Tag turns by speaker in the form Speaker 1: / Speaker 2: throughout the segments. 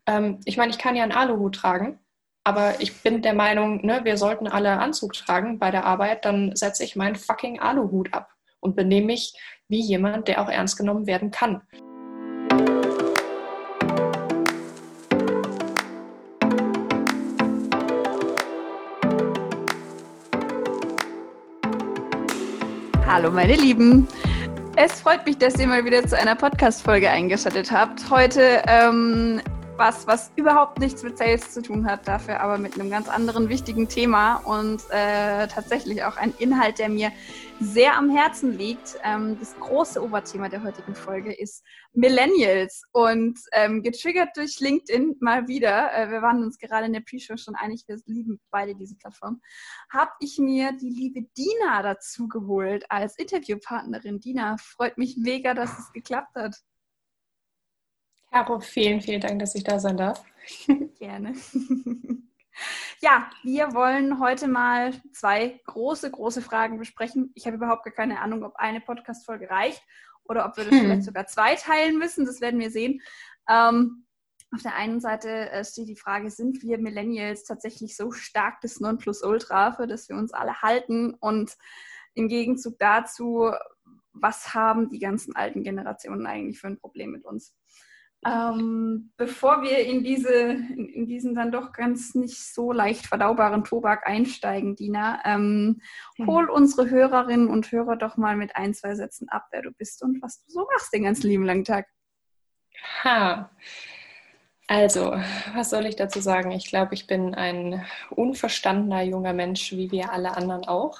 Speaker 1: Ich meine, ich kann ja einen Aluhut tragen, aber ich bin der Meinung, ne, wir sollten alle Anzug tragen bei der Arbeit, dann setze ich meinen fucking Aluhut ab und benehme mich wie jemand, der auch ernst genommen werden kann.
Speaker 2: Hallo meine Lieben, es freut mich, dass ihr mal wieder zu einer Podcast-Folge eingeschaltet habt. Heute was überhaupt nichts mit Sales zu tun hat, dafür aber mit einem ganz anderen wichtigen Thema und tatsächlich auch ein Inhalt, der mir sehr am Herzen liegt. Das große Oberthema der heutigen Folge ist Millennials und getriggert durch LinkedIn mal wieder, wir waren uns gerade in der Pre-Show schon einig, wir lieben beide diese Plattform, habe ich mir die liebe Dina dazu geholt als Interviewpartnerin. Dina, freut mich mega, dass es geklappt hat.
Speaker 1: Caro, vielen, vielen Dank, dass ich da sein darf.
Speaker 2: Gerne. Ja, wir wollen heute mal zwei große Fragen besprechen. Ich habe überhaupt gar keine Ahnung, ob eine Podcast-Folge reicht oder ob wir das vielleicht sogar zwei teilen müssen. Das werden wir sehen. Auf der einen Seite steht die Frage, sind wir Millennials tatsächlich so stark das Nonplusultra, für das wir uns alle halten? Und im Gegenzug dazu, was haben die ganzen alten Generationen eigentlich für ein Problem mit uns? Bevor wir in diesen dann doch ganz nicht so leicht verdaubaren Tobak einsteigen, Dina, hol unsere Hörerinnen und Hörer doch mal mit 1, 2 Sätzen ab, wer du bist und was du so machst den ganzen lieben langen Tag.
Speaker 1: Also, was soll ich dazu sagen? Ich glaube, ich bin ein unverstandener junger Mensch, wie wir alle anderen auch.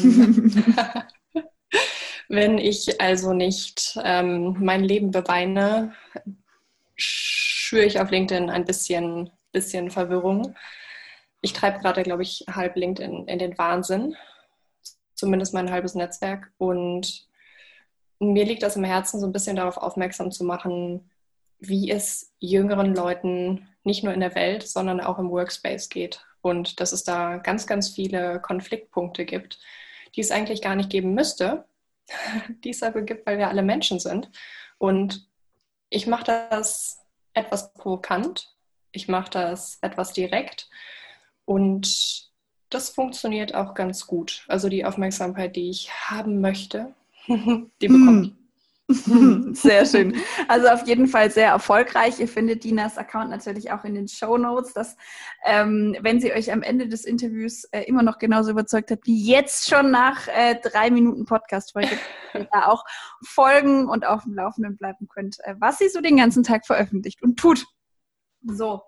Speaker 1: Wenn ich also nicht mein Leben beweine, schwöre ich auf LinkedIn ein bisschen Verwirrung. Ich treibe gerade, glaube ich, halb LinkedIn in den Wahnsinn. Zumindest mein halbes Netzwerk. Und mir liegt das im Herzen, so ein bisschen darauf aufmerksam zu machen, wie es jüngeren Leuten nicht nur in der Welt, sondern auch im Workspace geht. Und dass es da ganz, ganz viele Konfliktpunkte gibt, die es eigentlich gar nicht geben müsste, die es aber gibt, weil wir alle Menschen sind. Und ich mache das etwas provokant, ich mache das etwas direkt und das funktioniert auch ganz gut. Also die Aufmerksamkeit, die ich haben möchte, die bekomme ich.
Speaker 2: Sehr schön. Also auf jeden Fall sehr erfolgreich. Ihr findet Dinas Account natürlich auch in den Shownotes, dass wenn sie euch am Ende des Interviews immer noch genauso überzeugt hat, wie jetzt schon nach 3 Minuten Podcast-Folge, da auch folgen und auf dem Laufenden bleiben könnt, was sie so den ganzen Tag veröffentlicht und tut. So.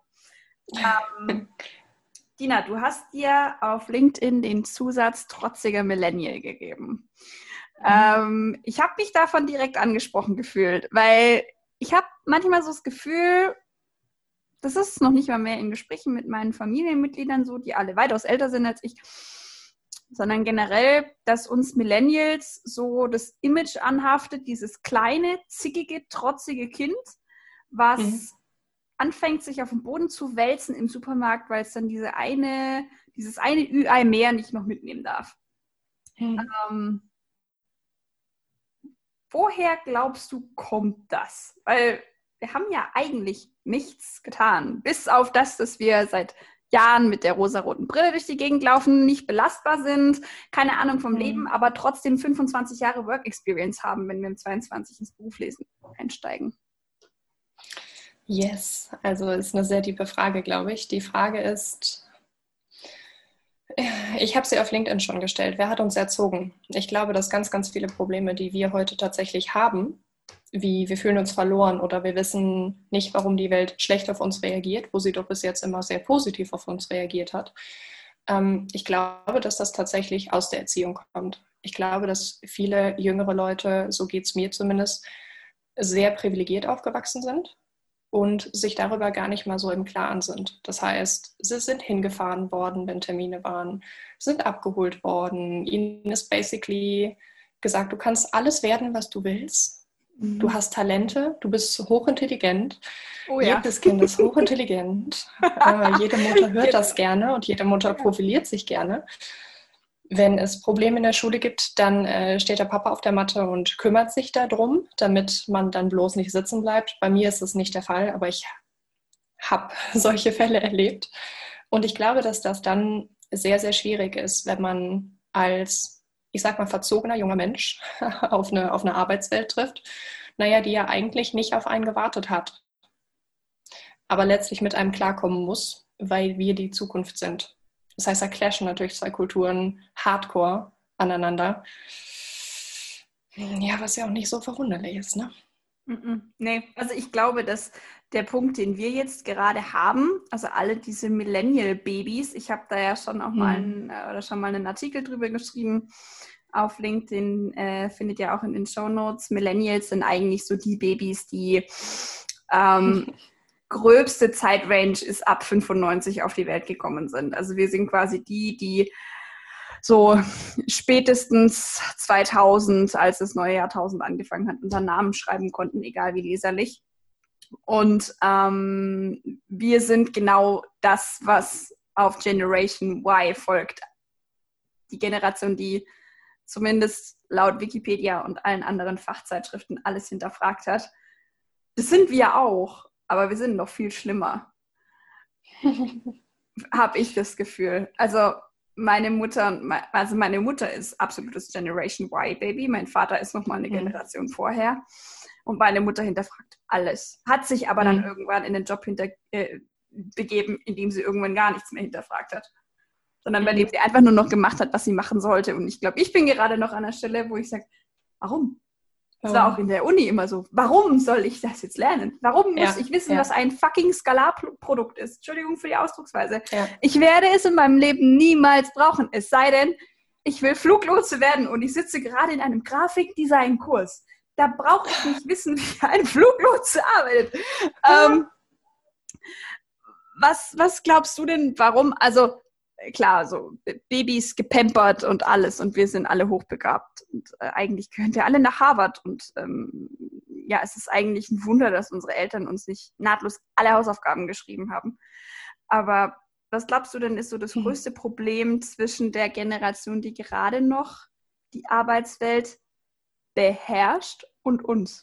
Speaker 2: Dina, du hast dir auf LinkedIn den Zusatz trotziger Millennial gegeben. Ich habe mich davon direkt angesprochen gefühlt, weil ich habe manchmal so das Gefühl, das ist noch nicht mal mehr in Gesprächen mit meinen Familienmitgliedern so, die alle weitaus älter sind als ich, sondern generell, dass uns Millennials so das Image anhaftet, dieses kleine, zickige, trotzige Kind, was anfängt, sich auf den Boden zu wälzen im Supermarkt, weil es dann dieses eine Ü-Ei mehr nicht noch mitnehmen darf. Woher glaubst du, kommt das? Weil wir haben ja eigentlich nichts getan, bis auf das, dass wir seit Jahren mit der rosaroten Brille durch die Gegend laufen, nicht belastbar sind, keine Ahnung vom Leben, aber trotzdem 25 Jahre Work Experience haben, wenn wir im 22 ins Berufslesen einsteigen.
Speaker 1: Yes, also ist eine sehr tiefe Frage, glaube ich. Die Frage ist, ich habe sie auf LinkedIn schon gestellt. Wer hat uns erzogen? Ich glaube, dass ganz, ganz viele Probleme, die wir heute tatsächlich haben, wie wir fühlen uns verloren oder wir wissen nicht, warum die Welt schlecht auf uns reagiert, wo sie doch bis jetzt immer sehr positiv auf uns reagiert hat. Ich glaube, dass das tatsächlich aus der Erziehung kommt. Ich glaube, dass viele jüngere Leute, so geht es mir zumindest, sehr privilegiert aufgewachsen sind und sich darüber gar nicht mal so im Klaren sind. Das heißt, sie sind hingefahren worden, wenn Termine waren, sind abgeholt worden. Ihnen ist basically gesagt, du kannst alles werden, was du willst. Du hast Talente, du bist hochintelligent. Oh ja. Jedes Kind ist hochintelligent. Jede Mutter hört das gerne und jede Mutter profiliert sich gerne. Wenn es Probleme in der Schule gibt, dann steht der Papa auf der Matte und kümmert sich darum, damit man dann bloß nicht sitzen bleibt. Bei mir ist das nicht der Fall, aber ich habe solche Fälle erlebt. Und ich glaube, dass das dann sehr, sehr schwierig ist, wenn man als, ich sag mal, verzogener junger Mensch auf eine Arbeitswelt trifft, naja, die ja eigentlich nicht auf einen gewartet hat, aber letztlich mit einem klarkommen muss, weil wir die Zukunft sind. Das heißt, da clashen natürlich zwei Kulturen hardcore aneinander. Ja, was ja auch nicht so verwunderlich ist, ne?
Speaker 2: Nee, also ich glaube, dass der Punkt, den wir jetzt gerade haben, also alle diese Millennial-Babys, ich habe da ja schon auch mal einen Artikel drüber geschrieben auf LinkedIn, findet ihr auch in den Shownotes. Millennials sind eigentlich so die Babys, die gröbste Zeitrange ist ab 95 auf die Welt gekommen sind. Also wir sind quasi die so spätestens 2000, als das neue Jahrtausend angefangen hat, unseren Namen schreiben konnten, egal wie leserlich. Und wir sind genau das, was auf Generation Y folgt. Die Generation, die zumindest laut Wikipedia und allen anderen Fachzeitschriften alles hinterfragt hat. Das sind wir auch, aber wir sind noch viel schlimmer. Habe ich das Gefühl. Also meine Mutter ist absolutes Generation Y-Baby. Mein Vater ist nochmal eine Generation vorher. Und meine Mutter hinterfragt alles. Hat sich aber dann irgendwann in den Job begeben, in dem sie irgendwann gar nichts mehr hinterfragt hat. Sondern bei dem sie einfach nur noch gemacht hat, was sie machen sollte. Und ich glaube, ich bin gerade noch an der Stelle, wo ich sage, warum? Das war auch in der Uni immer so. Warum soll ich das jetzt lernen? Warum muss ich wissen, was ein fucking Skalarprodukt ist? Entschuldigung für die Ausdrucksweise. Ja. Ich werde es in meinem Leben niemals brauchen. Es sei denn, ich will Fluglotse werden und ich sitze gerade in einem Grafikdesign-Kurs. Da brauche ich nicht wissen, wie ein Fluglotse arbeitet. Was glaubst du denn, warum? Also klar, so Babys gepampert und alles und wir sind alle hochbegabt und eigentlich gehören wir alle nach Harvard und ja, es ist eigentlich ein Wunder, dass unsere Eltern uns nicht nahtlos alle Hausaufgaben geschrieben haben. Aber was glaubst du denn, ist so das größte Problem zwischen der Generation, die gerade noch die Arbeitswelt beherrscht und uns?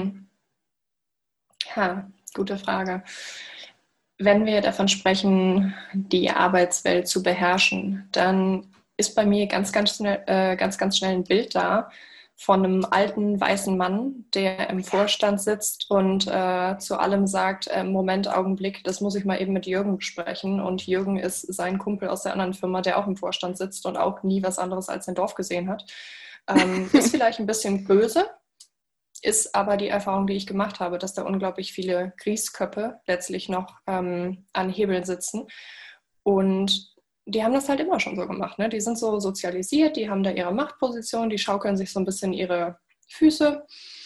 Speaker 1: Ja, gute Frage. Wenn wir davon sprechen, die Arbeitswelt zu beherrschen, dann ist bei mir ganz schnell ein Bild da von einem alten weißen Mann, der im Vorstand sitzt und zu allem sagt, Moment, Augenblick, das muss ich mal eben mit Jürgen besprechen. Und Jürgen ist sein Kumpel aus der anderen Firma, der auch im Vorstand sitzt und auch nie was anderes als sein Dorf gesehen hat. Ist vielleicht ein bisschen böse, ist aber die Erfahrung, die ich gemacht habe, dass da unglaublich viele Griesköpfe letztlich noch an Hebeln sitzen. Und die haben das halt immer schon so gemacht. Ne? Die sind so sozialisiert, die haben da ihre Machtposition, die schaukeln sich so ein bisschen ihre Füße.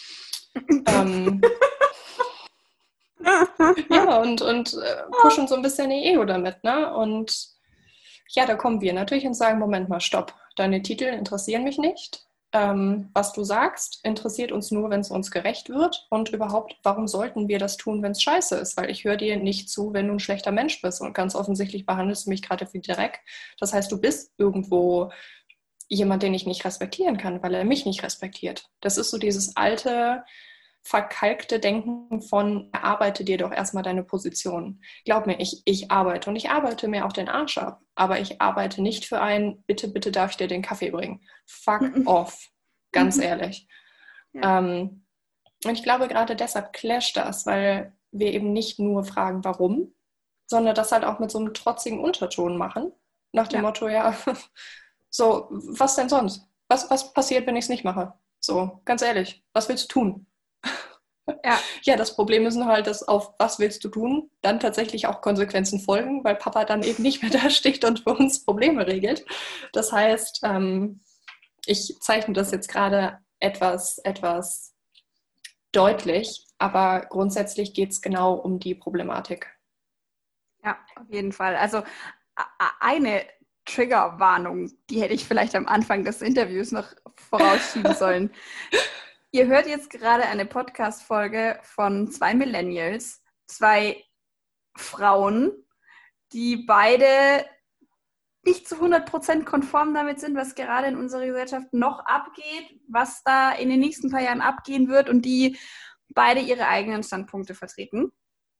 Speaker 1: Ja, und pushen so ein bisschen ihr Ego damit. Ne? Und ja, da kommen wir natürlich und sagen, Moment mal, stopp, deine Titel interessieren mich nicht. Was du sagst, interessiert uns nur, wenn es uns gerecht wird. Und überhaupt, warum sollten wir das tun, wenn es scheiße ist? Weil ich höre dir nicht zu, wenn du ein schlechter Mensch bist. Und ganz offensichtlich behandelst du mich gerade wie Dreck. Das heißt, du bist irgendwo jemand, den ich nicht respektieren kann, weil er mich nicht respektiert. Das ist so dieses alte, verkalkte Denken von, erarbeite dir doch erstmal deine Position. Glaub mir, ich arbeite und ich arbeite mir auch den Arsch ab, aber ich arbeite nicht für einen, bitte darf ich dir den Kaffee bringen. Fuck off, ganz ehrlich. Ja. Und ich glaube, gerade deshalb clasht das, weil wir eben nicht nur fragen, warum, sondern das halt auch mit so einem trotzigen Unterton machen, nach dem Motto, ja, so, was denn sonst? Was passiert, wenn ich es nicht mache? So, ganz ehrlich, was willst du tun? Ja, das Problem ist nur halt, dass auf was willst du tun, dann tatsächlich auch Konsequenzen folgen, weil Papa dann eben nicht mehr da steht und für uns Probleme regelt. Das heißt, ich zeichne das jetzt gerade etwas deutlich, aber grundsätzlich geht es genau um die Problematik.
Speaker 2: Ja, auf jeden Fall. Also eine Triggerwarnung, die hätte ich vielleicht am Anfang des Interviews noch vorausschieben sollen. Ihr hört jetzt gerade eine Podcast-Folge von 2 Millennials, 2 Frauen, die beide nicht zu 100% konform damit sind, was gerade in unserer Gesellschaft noch abgeht, was da in den nächsten paar Jahren abgehen wird und die beide ihre eigenen Standpunkte vertreten.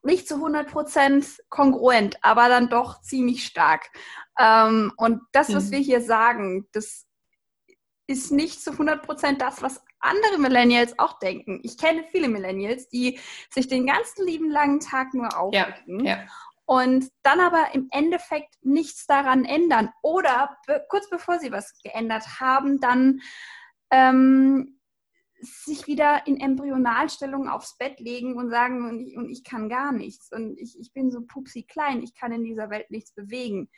Speaker 2: nicht zu 100% kongruent, aber dann doch ziemlich stark. Und das, was wir hier sagen, das ist nicht zu 100% das, was andere Millennials auch denken. Ich kenne viele Millennials, die sich den ganzen lieben langen Tag nur aufregen und dann aber im Endeffekt nichts daran ändern. Oder kurz bevor sie was geändert haben, dann sich wieder in Embryonalstellung aufs Bett legen und sagen, und ich kann gar nichts. Und ich bin so pupsi klein, ich kann in dieser Welt nichts bewegen.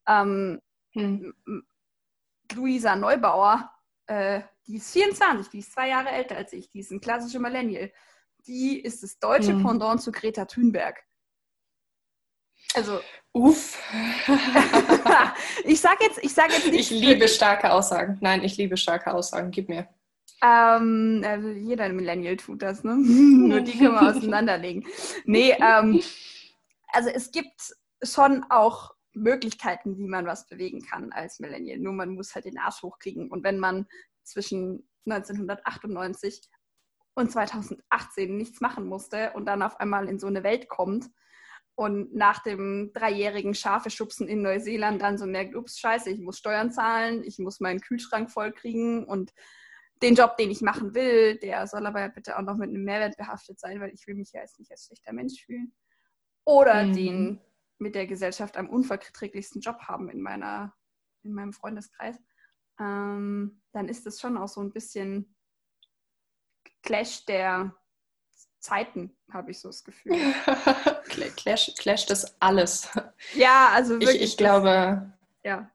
Speaker 2: Luisa Neubauer, die ist 24, die ist 2 Jahre älter als ich, die ist ein klassischer Millennial. Die ist das deutsche Pendant zu Greta Thunberg. Also,
Speaker 1: uff.
Speaker 2: ich sag jetzt nicht.
Speaker 1: Ich liebe starke Aussagen. Nein, ich liebe starke Aussagen. Gib mir.
Speaker 2: Also jeder Millennial tut das, ne? Nur die können wir auseinanderlegen. Nee, also es gibt schon auch Möglichkeiten, wie man was bewegen kann als Millennial. Nur man muss halt den Arsch hochkriegen. Und wenn man zwischen 1998 und 2018 nichts machen musste und dann auf einmal in so eine Welt kommt und nach dem 3-jährigen Schafe-Schubsen in Neuseeland dann so merkt, ups, scheiße, ich muss Steuern zahlen, ich muss meinen Kühlschrank voll kriegen und den Job, den ich machen will, der soll aber ja bitte auch noch mit einem Mehrwert behaftet sein, weil ich will mich ja jetzt nicht als schlechter Mensch fühlen. Oder den mit der Gesellschaft am unverträglichsten Job haben in meinem Freundeskreis. Dann ist das schon auch so ein bisschen Clash der Zeiten, habe ich so das Gefühl.
Speaker 1: Clash das alles.
Speaker 2: Ja, also wirklich.
Speaker 1: Ich glaube...
Speaker 2: Ja.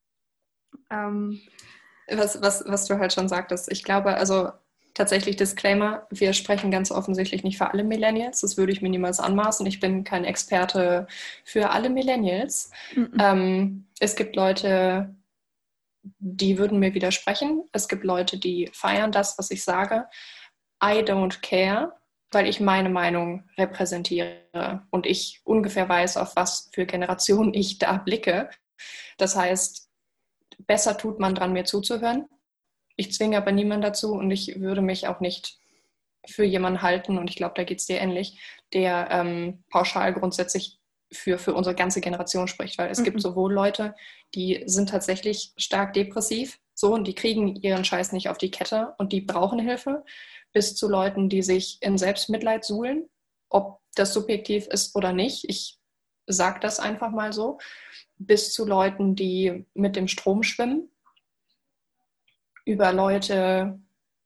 Speaker 1: Was du halt schon sagtest, ich glaube, also tatsächlich Disclaimer, wir sprechen ganz offensichtlich nicht für alle Millennials, das würde ich mir niemals anmaßen, ich bin kein Experte für alle Millennials. Es gibt Leute, die würden mir widersprechen, es gibt Leute, die feiern das, was ich sage. I don't care, weil ich meine Meinung repräsentiere und ich ungefähr weiß, auf was für Generationen ich da blicke. Das heißt, besser tut man dran, mir zuzuhören. Ich zwinge aber niemanden dazu und ich würde mich auch nicht für jemanden halten, und ich glaube, da geht es dir ähnlich, der pauschal grundsätzlich für unsere ganze Generation spricht, weil es gibt sowohl Leute, die sind tatsächlich stark depressiv, so, und die kriegen ihren Scheiß nicht auf die Kette und die brauchen Hilfe, bis zu Leuten, die sich in Selbstmitleid suhlen, ob das subjektiv ist oder nicht. Ich sage das einfach mal so. Bis zu Leuten, die mit dem Strom schwimmen, über Leute,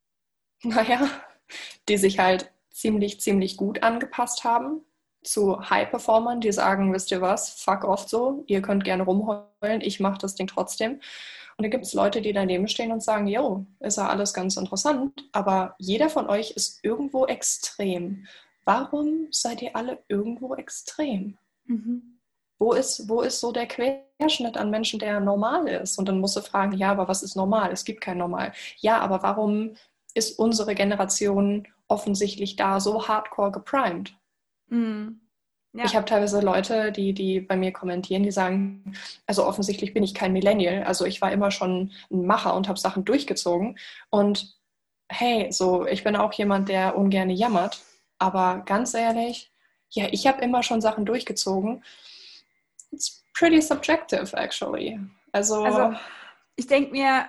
Speaker 1: die sich halt ziemlich gut angepasst haben, zu High-Performern, die sagen, wisst ihr was, fuck off so, ihr könnt gerne rumheulen, ich mache das Ding trotzdem. Und dann gibt es Leute, die daneben stehen und sagen, jo, ist ja alles ganz interessant, aber jeder von euch ist irgendwo extrem. Warum seid ihr alle irgendwo extrem? Wo ist so der Querschnitt an Menschen, der normal ist? Und dann musst du fragen, ja, aber was ist normal? Es gibt kein Normal. Ja, aber warum ist unsere Generation offensichtlich da so hardcore geprimed? Ja. Ich habe teilweise Leute, die bei mir kommentieren, die sagen, also offensichtlich bin ich kein Millennial, also ich war immer schon ein Macher und habe Sachen durchgezogen. Und hey, so, ich bin auch jemand, der ungern jammert, aber ganz ehrlich, ja, ich habe immer schon Sachen durchgezogen. It's pretty subjective, actually. Also
Speaker 2: ich denke mir,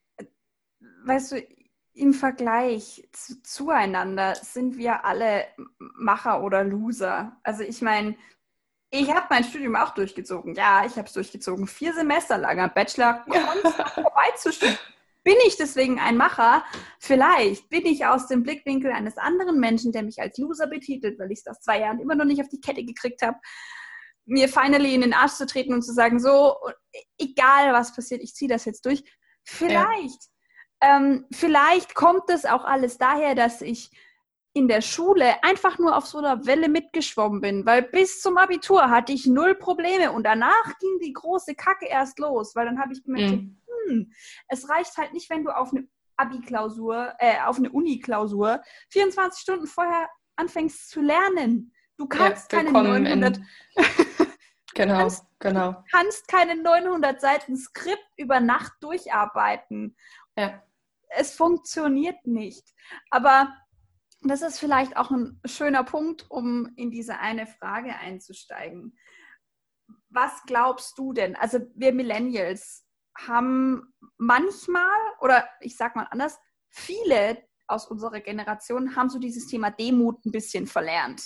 Speaker 2: weißt du, im Vergleich zueinander sind wir alle Macher oder Loser. Also ich meine, ich habe mein Studium auch durchgezogen. Ja, ich habe es durchgezogen. 4 Semester lang am Bachelor konstant vorbeizustudieren. Bin ich deswegen ein Macher? Vielleicht bin ich aus dem Blickwinkel eines anderen Menschen, der mich als Loser betitelt, weil ich es aus 2 Jahren immer noch nicht auf die Kette gekriegt habe, mir finally in den Arsch zu treten und zu sagen, so, egal was passiert, ich ziehe das jetzt durch. Vielleicht. Vielleicht kommt es auch alles daher, dass ich in der Schule einfach nur auf so einer Welle mitgeschwommen bin, weil bis zum Abitur hatte ich 0 Probleme und danach ging die große Kacke erst los, weil dann habe ich gemerkt, es reicht halt nicht, wenn du auf eine Abi-Klausur, auf eine Uni-Klausur 24 Stunden vorher anfängst zu lernen. Du kannst keine 900...
Speaker 1: Genau.
Speaker 2: Du kannst keine 900 Seiten Skript über Nacht durcharbeiten.
Speaker 1: Ja.
Speaker 2: Es funktioniert nicht. Aber das ist vielleicht auch ein schöner Punkt, um in diese eine Frage einzusteigen. Was glaubst du denn? Also wir Millennials haben manchmal, oder ich sag mal anders, viele aus unserer Generation haben so dieses Thema Demut ein bisschen verlernt.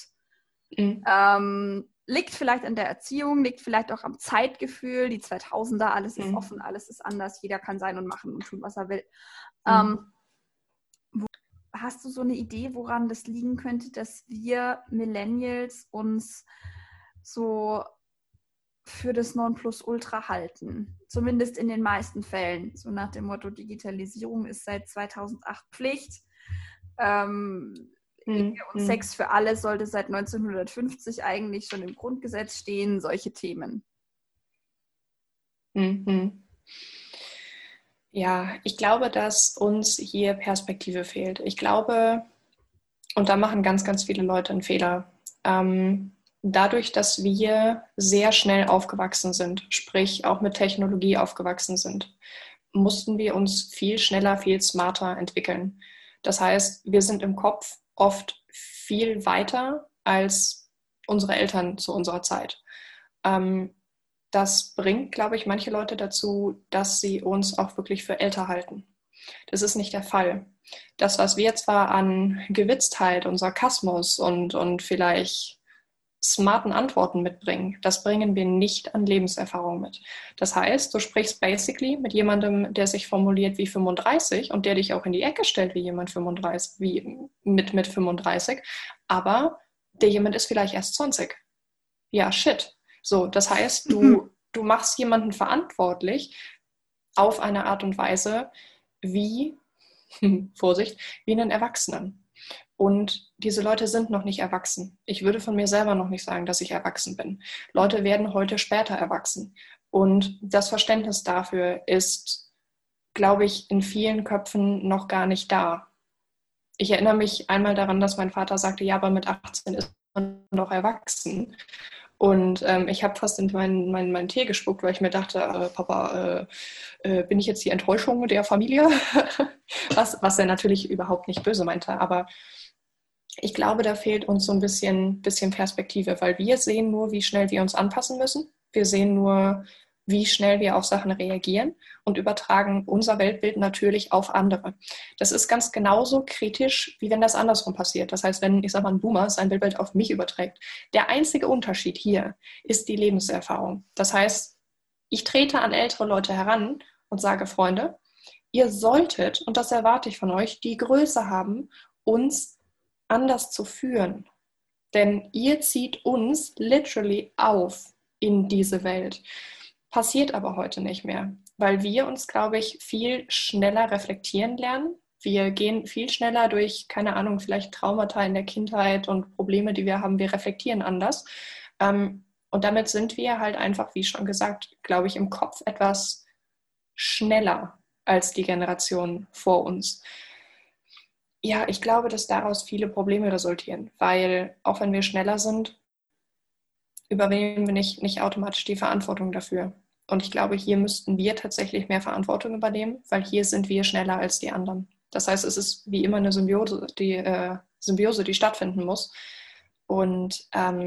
Speaker 2: Liegt vielleicht an der Erziehung, liegt vielleicht auch am Zeitgefühl, die 2000er, alles ist offen, alles ist anders, jeder kann sein und machen und tun, was er will. Hast du so eine Idee, woran das liegen könnte, dass wir Millennials uns so für das Nonplusultra halten? Zumindest in den meisten Fällen. So nach dem Motto, Digitalisierung ist seit 2008 Pflicht. Ehe und Sex für alle sollte seit 1950 eigentlich schon im Grundgesetz stehen. Solche Themen.
Speaker 1: Ja, ich glaube, dass uns hier Perspektive fehlt. Ich glaube, und da machen ganz, ganz viele Leute einen Fehler. Dadurch, dass wir sehr schnell aufgewachsen sind, sprich auch mit Technologie aufgewachsen sind, mussten wir uns viel schneller, viel smarter entwickeln. Das heißt, wir sind im Kopf oft viel weiter als unsere Eltern zu unserer Zeit. Das bringt, glaube ich, manche Leute dazu, dass sie uns auch wirklich für älter halten. Das ist nicht der Fall. Das, was wir zwar an Gewitztheit und Sarkasmus und vielleicht smarten Antworten mitbringen, das bringen wir nicht an Lebenserfahrung mit. Das heißt, du sprichst basically mit jemandem, der sich formuliert wie 35 und der dich auch in die Ecke stellt wie jemand 35, wie mit 35, aber der jemand ist vielleicht erst 20. Ja, shit. So, das heißt, du machst jemanden verantwortlich auf eine Art und Weise wie, Vorsicht, wie einen Erwachsenen. Und diese Leute sind noch nicht erwachsen. Ich würde von mir selber noch nicht sagen, dass ich erwachsen bin. Leute werden heute später erwachsen. Und das Verständnis dafür ist, glaube ich, in vielen Köpfen noch gar nicht da. Ich erinnere mich einmal daran, dass mein Vater sagte, ja, aber mit 18 ist man doch erwachsen. Und ich habe fast in meinen Tee gespuckt, weil ich mir dachte, Papa, bin ich jetzt die Enttäuschung der Familie? was er natürlich überhaupt nicht böse meinte. Aber ich glaube, da fehlt uns so ein bisschen Perspektive, weil wir sehen nur, wie schnell wir uns anpassen müssen. Wir sehen nur, wie schnell wir auf Sachen reagieren und übertragen unser Weltbild natürlich auf andere. Das ist ganz genauso kritisch, wie wenn das andersrum passiert. Das heißt, wenn, ich sag mal, ein Boomer sein Weltbild auf mich überträgt. Der einzige Unterschied hier ist die Lebenserfahrung. Das heißt, ich trete an ältere Leute heran und sage, Freunde, ihr solltet, und das erwarte ich von euch, die Größe haben, uns anders zu führen. Denn ihr zieht uns literally auf in diese Welt. Passiert aber heute nicht mehr, weil wir uns, glaube ich, viel schneller reflektieren lernen. Wir gehen viel schneller durch, keine Ahnung, vielleicht Traumata in der Kindheit und Probleme, die wir haben. Wir reflektieren anders. Und damit sind wir halt einfach, wie schon gesagt, glaube ich, im Kopf etwas schneller als die Generation vor uns. Ja, ich glaube, dass daraus viele Probleme resultieren, weil auch wenn wir schneller sind, übernehmen wir nicht automatisch die Verantwortung dafür. Und ich glaube, hier müssten wir tatsächlich mehr Verantwortung übernehmen, weil hier sind wir schneller als die anderen. Das heißt, es ist wie immer eine Symbiose, die stattfinden muss. Und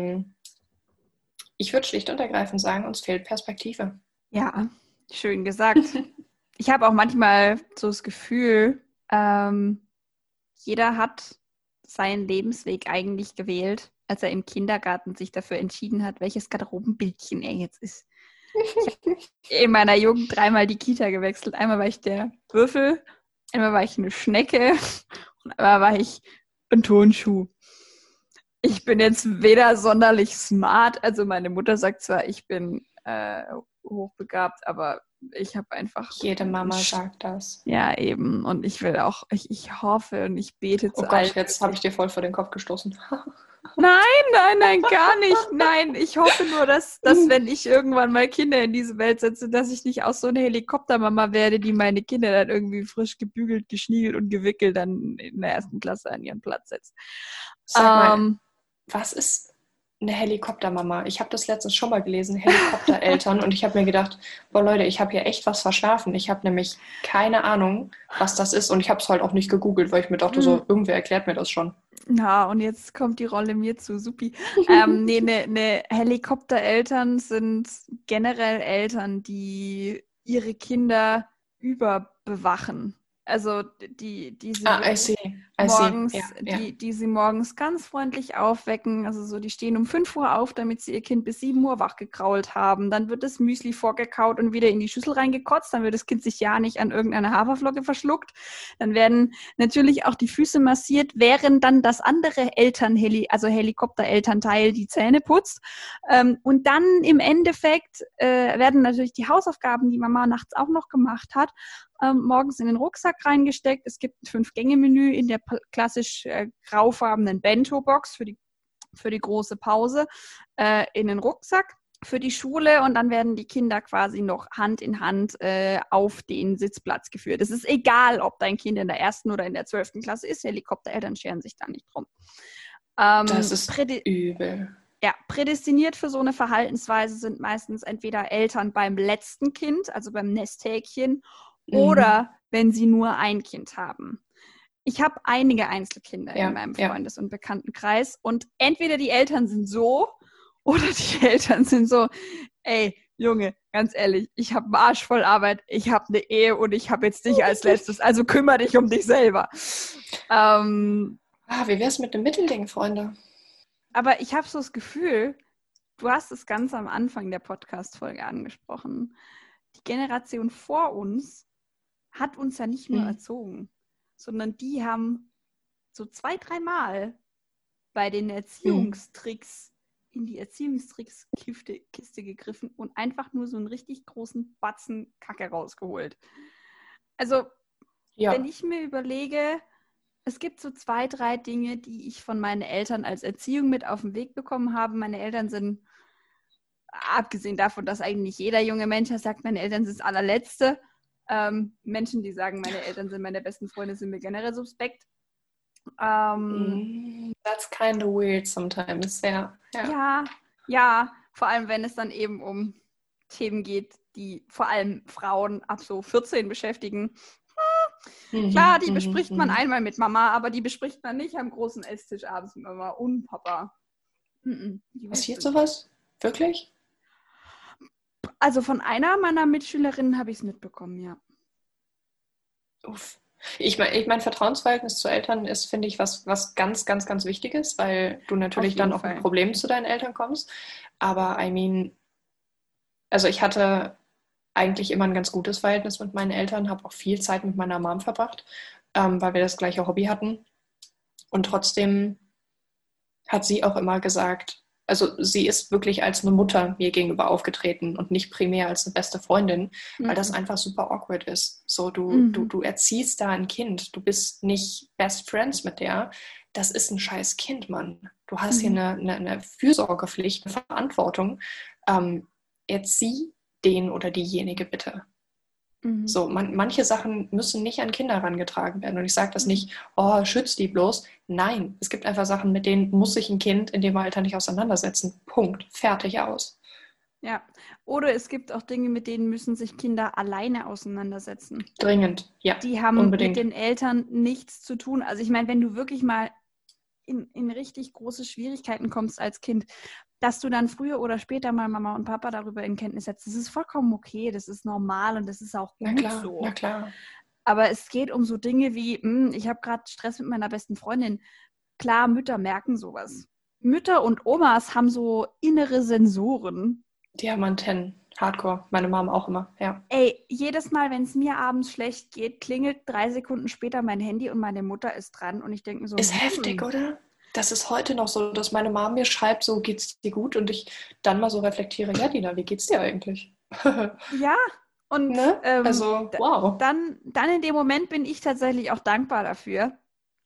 Speaker 1: ich würde schlicht und ergreifend sagen, uns fehlt Perspektive.
Speaker 2: Ja, schön gesagt. Ich habe auch manchmal so das Gefühl, jeder hat seinen Lebensweg eigentlich gewählt, als er im Kindergarten sich dafür entschieden hat, welches Garderobenbildchen er jetzt ist. Ich habe in meiner Jugend 3-mal die Kita gewechselt. Einmal war ich der Würfel, einmal war ich eine Schnecke und einmal war ich ein Turnschuh. Ich bin jetzt weder sonderlich smart, also meine Mutter sagt zwar, ich bin hochbegabt, aber ich habe einfach...
Speaker 1: Jede Mama sagt das.
Speaker 2: Ja, eben. Und ich will auch, ich hoffe und ich bete zu
Speaker 1: allen. Oh Gott, jetzt habe ich dir voll vor den Kopf gestoßen.
Speaker 2: Nein, gar nicht. Nein, ich hoffe nur, dass wenn ich irgendwann mal Kinder in diese Welt setze, dass ich nicht auch so eine Helikoptermama werde, die meine Kinder dann irgendwie frisch gebügelt, geschniegelt und gewickelt dann in der 1. Klasse an ihren Platz setzt.
Speaker 1: Sag mal, was ist eine Helikoptermama? Ich habe das letztens schon mal gelesen, Helikoptereltern, und ich habe mir gedacht, boah Leute, ich habe hier echt was verschlafen. Ich habe nämlich keine Ahnung, was das ist, und ich habe es halt auch nicht gegoogelt, weil ich mir dachte, so, irgendwer erklärt mir das schon.
Speaker 2: Na, und jetzt kommt die Rolle mir zu, supi. Nee, ne Helikoptereltern sind generell Eltern, die ihre Kinder überbewachen. Also die sie
Speaker 1: I see.
Speaker 2: wirklich
Speaker 1: I see. Ja,
Speaker 2: morgens,
Speaker 1: ja.
Speaker 2: die sie morgens ganz freundlich aufwecken. Also so, die stehen um 5 Uhr auf, damit sie ihr Kind bis 7 Uhr wachgekrault haben. Dann wird das Müsli vorgekaut und wieder in die Schüssel reingekotzt. Dann wird das Kind sich ja nicht an irgendeiner Haferflocke verschluckt. Dann werden natürlich auch die Füße massiert, während dann das andere Helikopterelternteil die Zähne putzt. Und dann im Endeffekt werden natürlich die Hausaufgaben, die Mama nachts auch noch gemacht hat, morgens in den Rucksack reingesteckt. Es gibt ein 5-Gänge-Menü in der klassisch graufarbenen Bento-Box für die große Pause in den Rucksack für die Schule und dann werden die Kinder quasi noch Hand in Hand auf den Sitzplatz geführt. Es ist egal, ob dein Kind in der 1. oder in der 12. Klasse ist. Helikoptereltern scheren sich da nicht drum.
Speaker 1: Das ist übel.
Speaker 2: Ja, prädestiniert für so eine Verhaltensweise sind meistens entweder Eltern beim letzten Kind, also beim Nesthäkchen, oder wenn sie nur ein Kind haben. Ich habe einige Einzelkinder in meinem Freundes- und Bekanntenkreis und entweder die Eltern sind so oder die Eltern sind so, ey, Junge, ganz ehrlich, ich habe einen Arsch voll Arbeit, ich habe eine Ehe und ich habe jetzt dich als letztes, also kümmere dich um dich selber.
Speaker 1: Wie wär's mit dem Mittelding, Freunde?
Speaker 2: Aber ich habe so das Gefühl, du hast es ganz am Anfang der Podcast-Folge angesprochen, die Generation vor uns hat uns ja nicht nur erzogen, sondern die haben so 2-3 Mal bei den Erziehungstricks in die Erziehungstricks-Kiste gegriffen und einfach nur so einen richtig großen Batzen Kacke rausgeholt. Also, wenn ich mir überlege, es gibt so 2-3 Dinge, die ich von meinen Eltern als Erziehung mit auf den Weg bekommen habe. Meine Eltern sind, abgesehen davon, dass eigentlich jeder junge Mensch sagt, meine Eltern sind das allerletzte, Menschen, die sagen, meine Eltern sind meine besten Freunde, sind mir generell suspekt.
Speaker 1: That's kind of weird sometimes,
Speaker 2: Ja, vor allem, wenn es dann eben um Themen geht, die vor allem Frauen ab so 14 beschäftigen. Klar, die bespricht man einmal mit Mama, aber die bespricht man nicht am großen Esstisch abends mit Mama und Papa.
Speaker 1: Passiert sowas? Wirklich?
Speaker 2: Also von einer meiner Mitschülerinnen habe ich es mitbekommen, ja.
Speaker 1: Uff. Ich mein, Vertrauensverhältnis zu Eltern ist, finde ich, was ganz, ganz, ganz Wichtiges, weil du natürlich dann auch mit Problemen zu deinen Eltern kommst. Aber also ich hatte eigentlich immer ein ganz gutes Verhältnis mit meinen Eltern, habe auch viel Zeit mit meiner Mom verbracht, weil wir das gleiche Hobby hatten. Und trotzdem hat sie auch immer gesagt, also sie ist wirklich als eine Mutter mir gegenüber aufgetreten und nicht primär als eine beste Freundin, weil das einfach super awkward ist. So, du erziehst da ein Kind, du bist nicht Best Friends mit der, das ist ein scheiß Kind, Mann. Du hast hier eine Fürsorgepflicht, eine Verantwortung. Erzieh den oder diejenige bitte. So, manche Sachen müssen nicht an Kinder herangetragen werden. Und ich sage das nicht, schütz die bloß. Nein, es gibt einfach Sachen, mit denen muss sich ein Kind in dem Alter nicht auseinandersetzen. Punkt. Fertig, aus.
Speaker 2: Ja, oder es gibt auch Dinge, mit denen müssen sich Kinder alleine auseinandersetzen.
Speaker 1: Dringend, ja.
Speaker 2: Die haben
Speaker 1: unbedingt
Speaker 2: mit den Eltern nichts zu tun. Also ich meine, wenn du wirklich mal in richtig große Schwierigkeiten kommst als Kind, dass du dann früher oder später mal Mama und Papa darüber in Kenntnis setzt, das ist vollkommen okay, das ist normal und das ist auch gut so.
Speaker 1: Na klar.
Speaker 2: Aber es geht um so Dinge wie, ich habe gerade Stress mit meiner besten Freundin. Klar, Mütter merken sowas. Mütter und Omas haben so innere Sensoren.
Speaker 1: Die haben Antennen. Hardcore. Meine Mom auch immer, ja.
Speaker 2: Ey, jedes Mal, wenn es mir abends schlecht geht, klingelt 3 Sekunden später mein Handy und meine Mutter ist dran und ich denke mir so...
Speaker 1: Ist heftig, oder? Das ist heute noch so, dass meine Mom mir schreibt, so geht's dir gut und ich dann mal so reflektiere, ja Dina, wie geht's dir eigentlich?
Speaker 2: Ja, und
Speaker 1: ne? Also, wow.
Speaker 2: Dann in dem Moment bin ich tatsächlich auch dankbar dafür.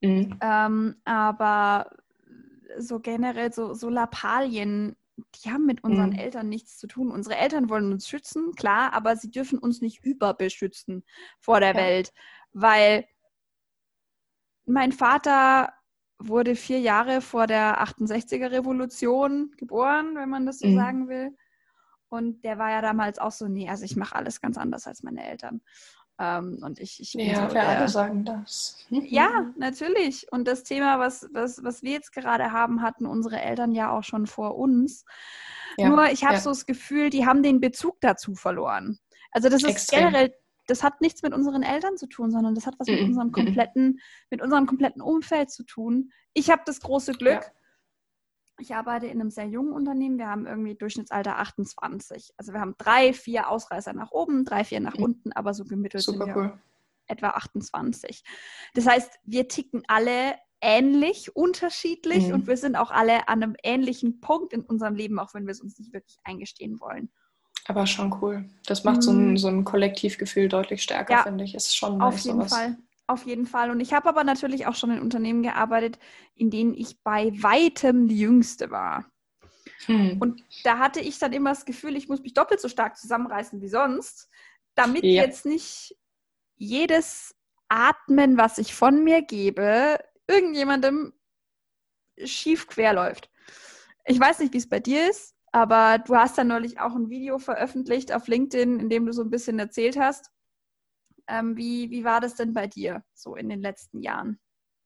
Speaker 2: Aber so generell so Lappalien, die haben mit unseren Eltern nichts zu tun. Unsere Eltern wollen uns schützen, klar, aber sie dürfen uns nicht überbeschützen vor der Welt, weil mein Vater wurde 4 Jahre vor der 68er-Revolution geboren, wenn man das so sagen will. Und der war ja damals auch so, nee, also ich mache alles ganz anders als meine Eltern. Und ich bin
Speaker 1: Ja,
Speaker 2: so
Speaker 1: wir alle sagen das.
Speaker 2: Ja, natürlich. Und das Thema, was wir jetzt gerade haben, hatten unsere Eltern ja auch schon vor uns.
Speaker 1: Ja,
Speaker 2: Nur ich habe
Speaker 1: ja,
Speaker 2: so das Gefühl, die haben den Bezug dazu verloren. Also das ist
Speaker 1: extrem.
Speaker 2: generell, das hat nichts mit unseren Eltern zu tun, sondern das hat was mit unserem kompletten Umfeld zu tun. Ich habe das große Glück,
Speaker 1: Ja.
Speaker 2: ich arbeite in einem sehr jungen Unternehmen. Wir haben irgendwie Durchschnittsalter 28. Also wir haben 3, 4 Ausreißer nach oben, 3, 4 nach unten, aber so gemittelt sind
Speaker 1: Super
Speaker 2: wir
Speaker 1: cool.
Speaker 2: etwa 28. Das heißt, wir ticken alle ähnlich, unterschiedlich und wir sind auch alle an einem ähnlichen Punkt in unserem Leben, auch wenn wir es uns nicht wirklich eingestehen wollen.
Speaker 1: Aber schon cool. Das macht so ein Kollektivgefühl deutlich stärker,
Speaker 2: Ja,
Speaker 1: finde ich. Ist schon
Speaker 2: auf
Speaker 1: nice,
Speaker 2: jeden
Speaker 1: sowas.
Speaker 2: Fall. Auf jeden Fall. Und ich habe aber natürlich auch schon in Unternehmen gearbeitet, in denen ich bei weitem die Jüngste war. Und da hatte ich dann immer das Gefühl, ich muss mich doppelt so stark zusammenreißen wie sonst, damit jetzt nicht jedes Atmen, was ich von mir gebe, irgendjemandem schief quer läuft. Ich weiß nicht, wie es bei dir ist, aber du hast dann neulich auch ein Video veröffentlicht auf LinkedIn, in dem du so ein bisschen erzählt hast. Wie war das denn bei dir so in den letzten Jahren?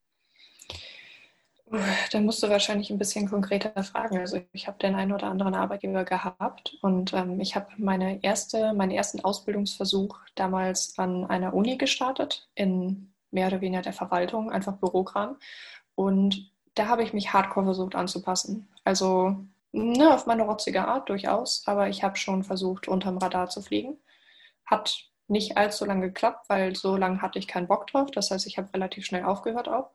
Speaker 1: Da musst du wahrscheinlich ein bisschen konkreter fragen. Also ich habe den einen oder anderen Arbeitgeber gehabt und ich habe meinen ersten Ausbildungsversuch damals an einer Uni gestartet, in mehr oder weniger der Verwaltung, einfach Bürokram. Und da habe ich mich hardcore versucht anzupassen. Also auf meine rotzige Art durchaus, aber ich habe schon versucht, unterm Radar zu fliegen. Hat nicht allzu lange geklappt, weil so lange hatte ich keinen Bock drauf. Das heißt, ich habe relativ schnell aufgehört auch.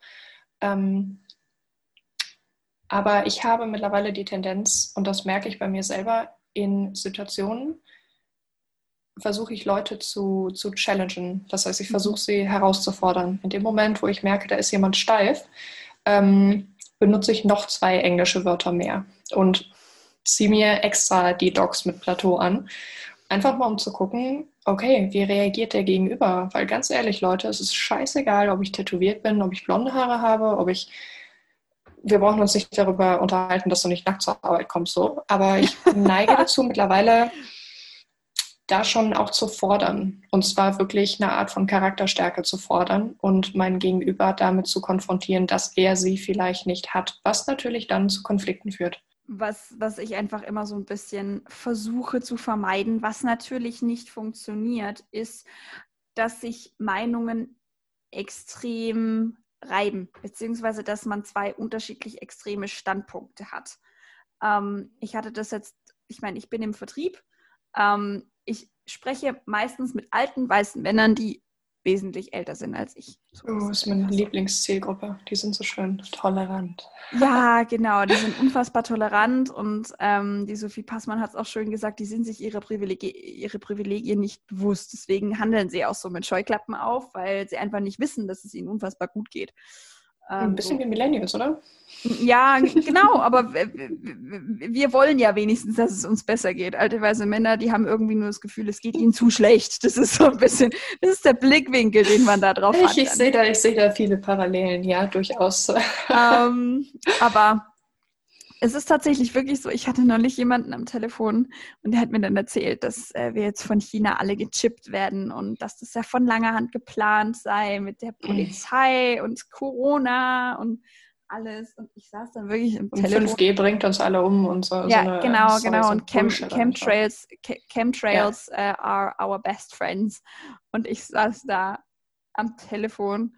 Speaker 1: Aber ich habe mittlerweile die Tendenz, und das merke ich bei mir selber, in Situationen versuche ich Leute zu challengen. Das heißt, ich versuche sie herauszufordern. In dem Moment, wo ich merke, da ist jemand steif, benutze ich noch 2 englische Wörter mehr und ziehe mir extra die Docs mit Plateau an. Einfach mal, um zu gucken, okay, wie reagiert der Gegenüber? Weil ganz ehrlich, Leute, es ist scheißegal, ob ich tätowiert bin, ob ich blonde Haare habe, wir brauchen uns nicht darüber unterhalten, dass du nicht nackt zur Arbeit kommst, so. Aber ich neige dazu mittlerweile, da schon auch zu fordern. Und zwar wirklich eine Art von Charakterstärke zu fordern und mein Gegenüber damit zu konfrontieren, dass er sie vielleicht nicht hat, was natürlich dann zu Konflikten führt.
Speaker 2: Was ich einfach immer so ein bisschen versuche zu vermeiden, was natürlich nicht funktioniert, ist, dass sich Meinungen extrem reiben, beziehungsweise dass man 2 unterschiedlich extreme Standpunkte hat. Ich hatte das jetzt, ich meine, ich bin im Vertrieb. Ich spreche meistens mit alten weißen Männern, die wesentlich älter sind als ich. So,
Speaker 1: Das ist meine Lieblingszielgruppe. Die sind so schön tolerant.
Speaker 2: Ja, genau. Die sind unfassbar tolerant und die Sophie Passmann hat es auch schön gesagt, die sind sich ihre Privilegien nicht bewusst. Deswegen handeln sie auch so mit Scheuklappen auf, weil sie einfach nicht wissen, dass es ihnen unfassbar gut geht.
Speaker 1: Ein bisschen wie Millennials, oder?
Speaker 2: Ja, genau, aber wir wollen ja wenigstens, dass es uns besser geht. Alte weiße Männer, die haben irgendwie nur das Gefühl, es geht ihnen zu schlecht. Das ist so ein bisschen, das ist der Blickwinkel, den man da drauf hat.
Speaker 1: Ich sehe da viele Parallelen, ja, durchaus.
Speaker 2: Aber es ist tatsächlich wirklich so, ich hatte neulich jemanden am Telefon und der hat mir dann erzählt, dass wir jetzt von China alle gechippt werden und dass das ja von langer Hand geplant sei mit der Polizei und Corona und alles. Und ich saß dann wirklich im Telefon.
Speaker 1: 5G bringt uns alle um und so.
Speaker 2: Ja, genau.
Speaker 1: So
Speaker 2: Und Chemtrails are our best friends. Und ich saß da am Telefon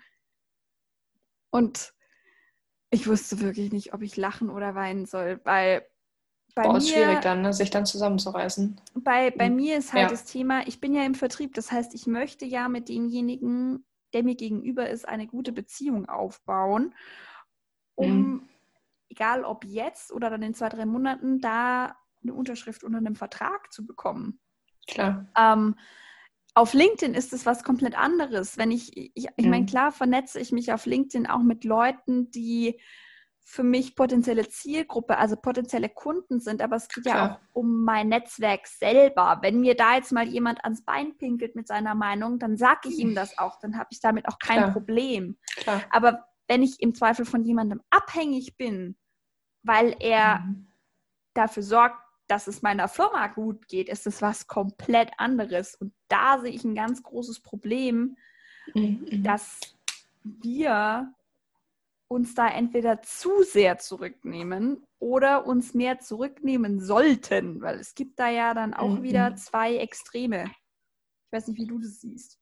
Speaker 2: und ich wusste wirklich nicht, ob ich lachen oder weinen soll, weil bei mir
Speaker 1: ist schwierig dann, ne, sich dann zusammenzureißen.
Speaker 2: Bei mir ist halt das Thema, ich bin ja im Vertrieb, das heißt, ich möchte ja mit demjenigen, der mir gegenüber ist, eine gute Beziehung aufbauen, um, egal ob jetzt oder dann in 2, 3 Monaten, da eine Unterschrift unter einem Vertrag zu bekommen.
Speaker 1: Klar.
Speaker 2: Auf LinkedIn ist es was komplett anderes. Wenn ich meine, klar vernetze ich mich auf LinkedIn auch mit Leuten, die für mich potenzielle Zielgruppe, also potenzielle Kunden sind, aber es geht ja auch um mein Netzwerk selber. Wenn mir da jetzt mal jemand ans Bein pinkelt mit seiner Meinung, dann sage ich ihm das auch, dann habe ich damit auch kein Problem.
Speaker 1: Klar.
Speaker 2: Aber wenn ich im Zweifel von jemandem abhängig bin, weil er dafür sorgt, dass es meiner Firma gut geht, ist es was komplett anderes. Und da sehe ich ein ganz großes Problem, dass wir uns da entweder zu sehr zurücknehmen oder uns mehr zurücknehmen sollten, weil es gibt da ja dann auch wieder zwei Extreme. Ich weiß nicht, wie du das siehst.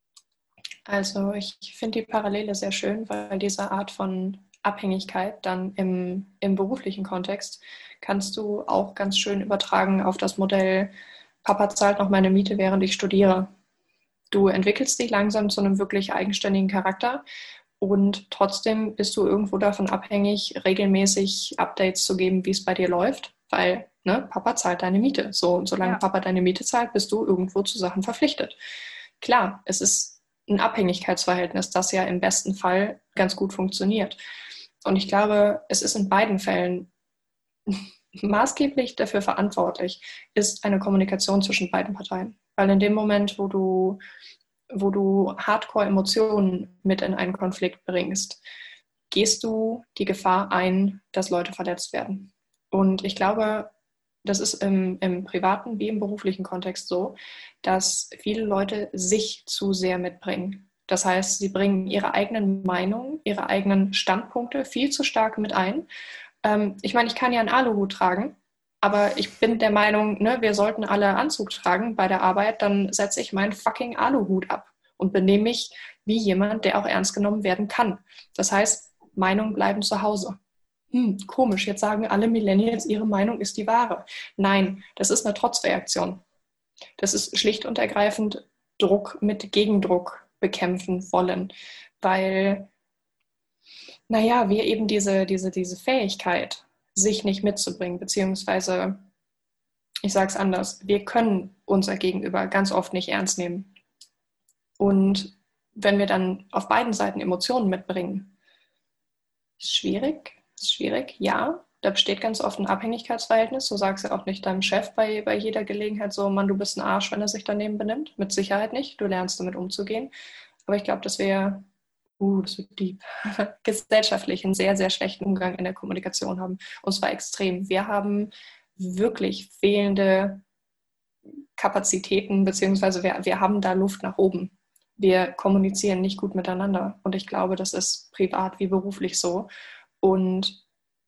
Speaker 1: Also ich finde die Parallele sehr schön, weil diese Art von Abhängigkeit dann im beruflichen Kontext kannst du auch ganz schön übertragen auf das Modell, Papa zahlt noch meine Miete, während ich studiere. Du entwickelst dich langsam zu einem wirklich eigenständigen Charakter und trotzdem bist du irgendwo davon abhängig, regelmäßig Updates zu geben, wie es bei dir läuft, weil Papa zahlt deine Miete. So, und solange Papa deine Miete zahlt, bist du irgendwo zu Sachen verpflichtet. Klar, es ist ein Abhängigkeitsverhältnis, das ja im besten Fall ganz gut funktioniert. Und ich glaube, es ist in beiden Fällen maßgeblich dafür verantwortlich, ist eine Kommunikation zwischen beiden Parteien. Weil in dem Moment, wo du Hardcore-Emotionen mit in einen Konflikt bringst, gehst du die Gefahr ein, dass Leute verletzt werden. Und ich glaube, das ist im privaten wie im beruflichen Kontext so, dass viele Leute sich zu sehr mitbringen. Das heißt, sie bringen ihre eigenen Meinungen, ihre eigenen Standpunkte viel zu stark mit ein. Ich meine, ich kann ja einen Aluhut tragen, aber ich bin der Meinung, wir sollten alle Anzug tragen bei der Arbeit, dann setze ich meinen fucking Aluhut ab und benehme mich wie jemand, der auch ernst genommen werden kann. Das heißt, Meinungen bleiben zu Hause. Komisch, jetzt sagen alle Millennials, ihre Meinung ist die wahre. Nein, das ist eine Trotzreaktion. Das ist schlicht und ergreifend Druck mit Gegendruck bekämpfen wollen, weil, wir eben diese Fähigkeit, sich nicht mitzubringen, beziehungsweise, ich sage es anders, wir können unser Gegenüber ganz oft nicht ernst nehmen. Und wenn wir dann auf beiden Seiten Emotionen mitbringen, ist schwierig, ja. Da besteht ganz oft ein Abhängigkeitsverhältnis. Du sagst ja auch nicht deinem Chef bei jeder Gelegenheit so, Mann, du bist ein Arsch, wenn er sich daneben benimmt. Mit Sicherheit nicht. Du lernst damit umzugehen. Aber ich glaube, dass wir, das wird deep, gesellschaftlich einen sehr, sehr schlechten Umgang in der Kommunikation haben. Und zwar extrem. Wir haben wirklich fehlende Kapazitäten, beziehungsweise wir haben da Luft nach oben. Wir kommunizieren nicht gut miteinander. Und ich glaube, das ist privat wie beruflich so. Und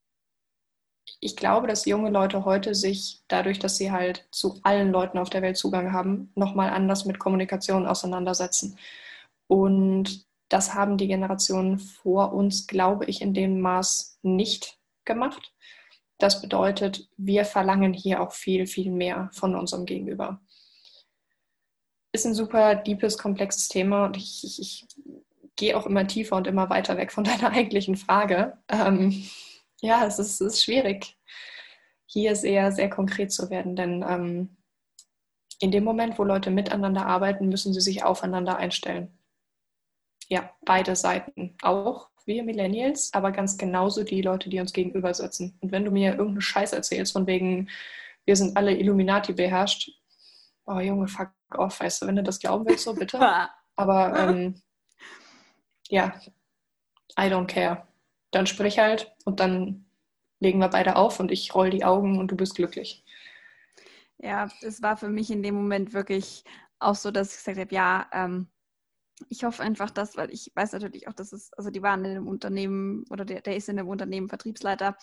Speaker 1: ich glaube, dass junge Leute heute sich dadurch, dass sie halt zu allen Leuten auf der Welt Zugang haben, nochmal anders mit Kommunikation auseinandersetzen. Und das haben die Generationen vor uns, glaube ich, in dem Maß nicht gemacht. Das bedeutet, wir verlangen hier auch viel, viel mehr von unserem Gegenüber. Ist ein super deepes, komplexes Thema und ich gehe auch immer tiefer und immer weiter weg von deiner eigentlichen Frage. Es ist schwierig, hier sehr, sehr konkret zu werden, denn in dem Moment, wo Leute miteinander arbeiten, müssen sie sich aufeinander einstellen. Ja, beide Seiten. Auch wir Millennials, aber ganz genauso die Leute, die uns gegenüber sitzen. Und wenn du mir irgendeinen Scheiß erzählst, von wegen, wir sind alle Illuminati beherrscht, oh Junge, fuck off, weißt du, wenn du das glauben willst, so bitte. Aber I don't care. Dann sprich halt und dann legen wir beide auf und ich roll die Augen und du bist glücklich.
Speaker 2: Ja, das war für mich in dem Moment wirklich auch so, dass ich gesagt habe, ich hoffe einfach, weil ich weiß natürlich auch, dass die waren in einem Unternehmen oder der ist in einem Unternehmen Vertriebsleiter,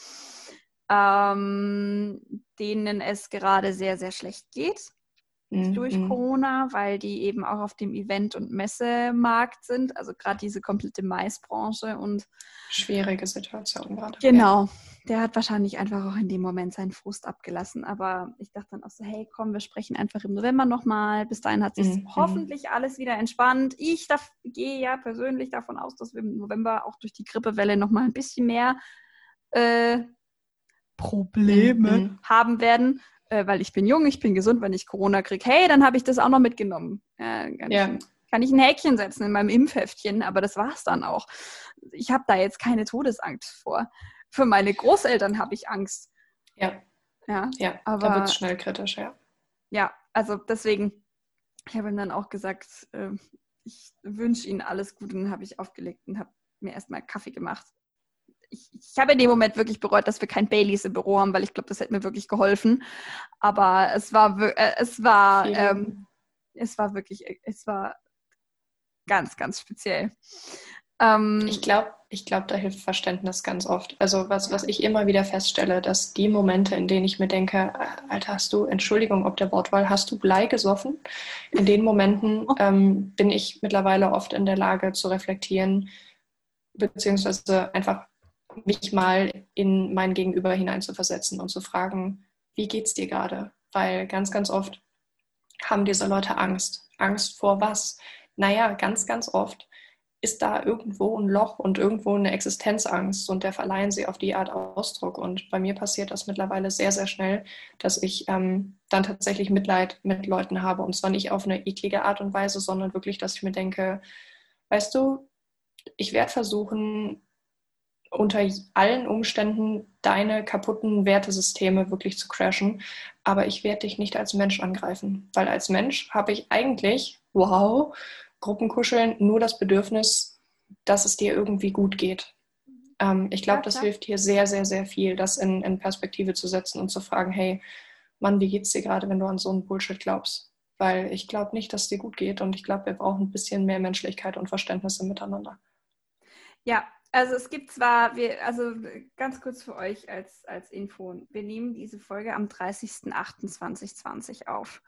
Speaker 2: denen es gerade sehr, sehr schlecht geht durch Corona, weil die eben auch auf dem Event- und Messemarkt sind, also gerade diese komplette Maisbranche und
Speaker 1: schwierige Situation gerade.
Speaker 2: Genau, ja. Der hat wahrscheinlich einfach auch in dem Moment seinen Frust abgelassen, aber ich dachte dann auch so, hey komm, wir sprechen einfach im November nochmal, bis dahin hat sich hoffentlich alles wieder entspannt. Ich gehe ja persönlich davon aus, dass wir im November auch durch die Grippewelle nochmal ein bisschen mehr Probleme haben werden, weil ich bin jung, ich bin gesund, wenn ich Corona kriege, hey, dann habe ich das auch noch mitgenommen. Kann ich ein Häkchen setzen in meinem Impfheftchen, aber das war's dann auch. Ich habe da jetzt keine Todesangst vor. Für meine Großeltern habe ich Angst.
Speaker 1: Ja,
Speaker 2: aber
Speaker 1: da wird es schnell kritisch, ja.
Speaker 2: Ja, also deswegen, ich habe ihm dann auch gesagt, ich wünsche Ihnen alles Gute, und dann habe ich aufgelegt und habe mir erstmal Kaffee gemacht. ich habe in dem Moment wirklich bereut, dass wir kein Baileys im Büro haben, weil ich glaube, das hätte mir wirklich geholfen. Aber es war ganz, ganz speziell.
Speaker 1: Ich glaube, da hilft Verständnis ganz oft. Also was ich immer wieder feststelle, dass die Momente, in denen ich mir denke, Alter, Entschuldigung, ob der Wortwahl, hast du Blei gesoffen? In den Momenten bin ich mittlerweile oft in der Lage zu reflektieren, beziehungsweise einfach mich mal in mein Gegenüber hineinzuversetzen und zu fragen, wie geht's dir gerade? Weil ganz, ganz oft haben diese Leute Angst. Angst vor was? Naja, ganz, ganz oft ist da irgendwo ein Loch und irgendwo eine Existenzangst und der verleihen sie auf die Art Ausdruck. Und bei mir passiert das mittlerweile sehr, sehr schnell, dass ich dann tatsächlich Mitleid mit Leuten habe. Und zwar nicht auf eine eklige Art und Weise, sondern wirklich, dass ich mir denke, weißt du, ich werde versuchen, unter allen Umständen deine kaputten Wertesysteme wirklich zu crashen, aber ich werde dich nicht als Mensch angreifen, weil als Mensch habe ich eigentlich, wow, Gruppenkuscheln nur das Bedürfnis, dass es dir irgendwie gut geht. Ich glaube, das hilft hier sehr, sehr, sehr viel, das in Perspektive zu setzen und zu fragen, hey, Mann, wie geht's dir gerade, wenn du an so einen Bullshit glaubst? Weil ich glaube nicht, dass es dir gut geht und ich glaube, wir brauchen ein bisschen mehr Menschlichkeit und Verständnis im Miteinander.
Speaker 2: Ja, also es gibt zwar, also ganz kurz für euch als Info, wir nehmen diese Folge am 30.08.2020 auf.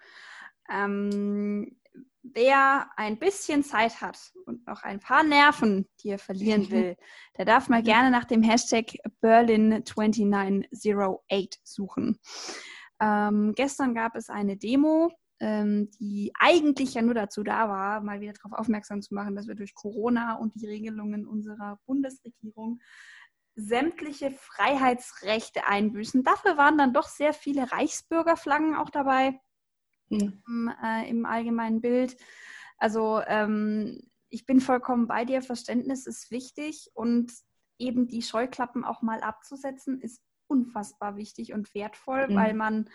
Speaker 2: Wer ein bisschen Zeit hat und noch ein paar Nerven, die er verlieren will, der darf mal gerne nach dem Hashtag Berlin2908 suchen. Gestern gab es eine Demo, die eigentlich ja nur dazu da war, mal wieder darauf aufmerksam zu machen, dass wir durch Corona und die Regelungen unserer Bundesregierung sämtliche Freiheitsrechte einbüßen. Dafür waren dann doch sehr viele Reichsbürgerflaggen auch dabei. Im allgemeinen Bild. Also ich bin vollkommen bei dir, Verständnis ist wichtig und eben die Scheuklappen auch mal abzusetzen ist unfassbar wichtig und wertvoll, weil man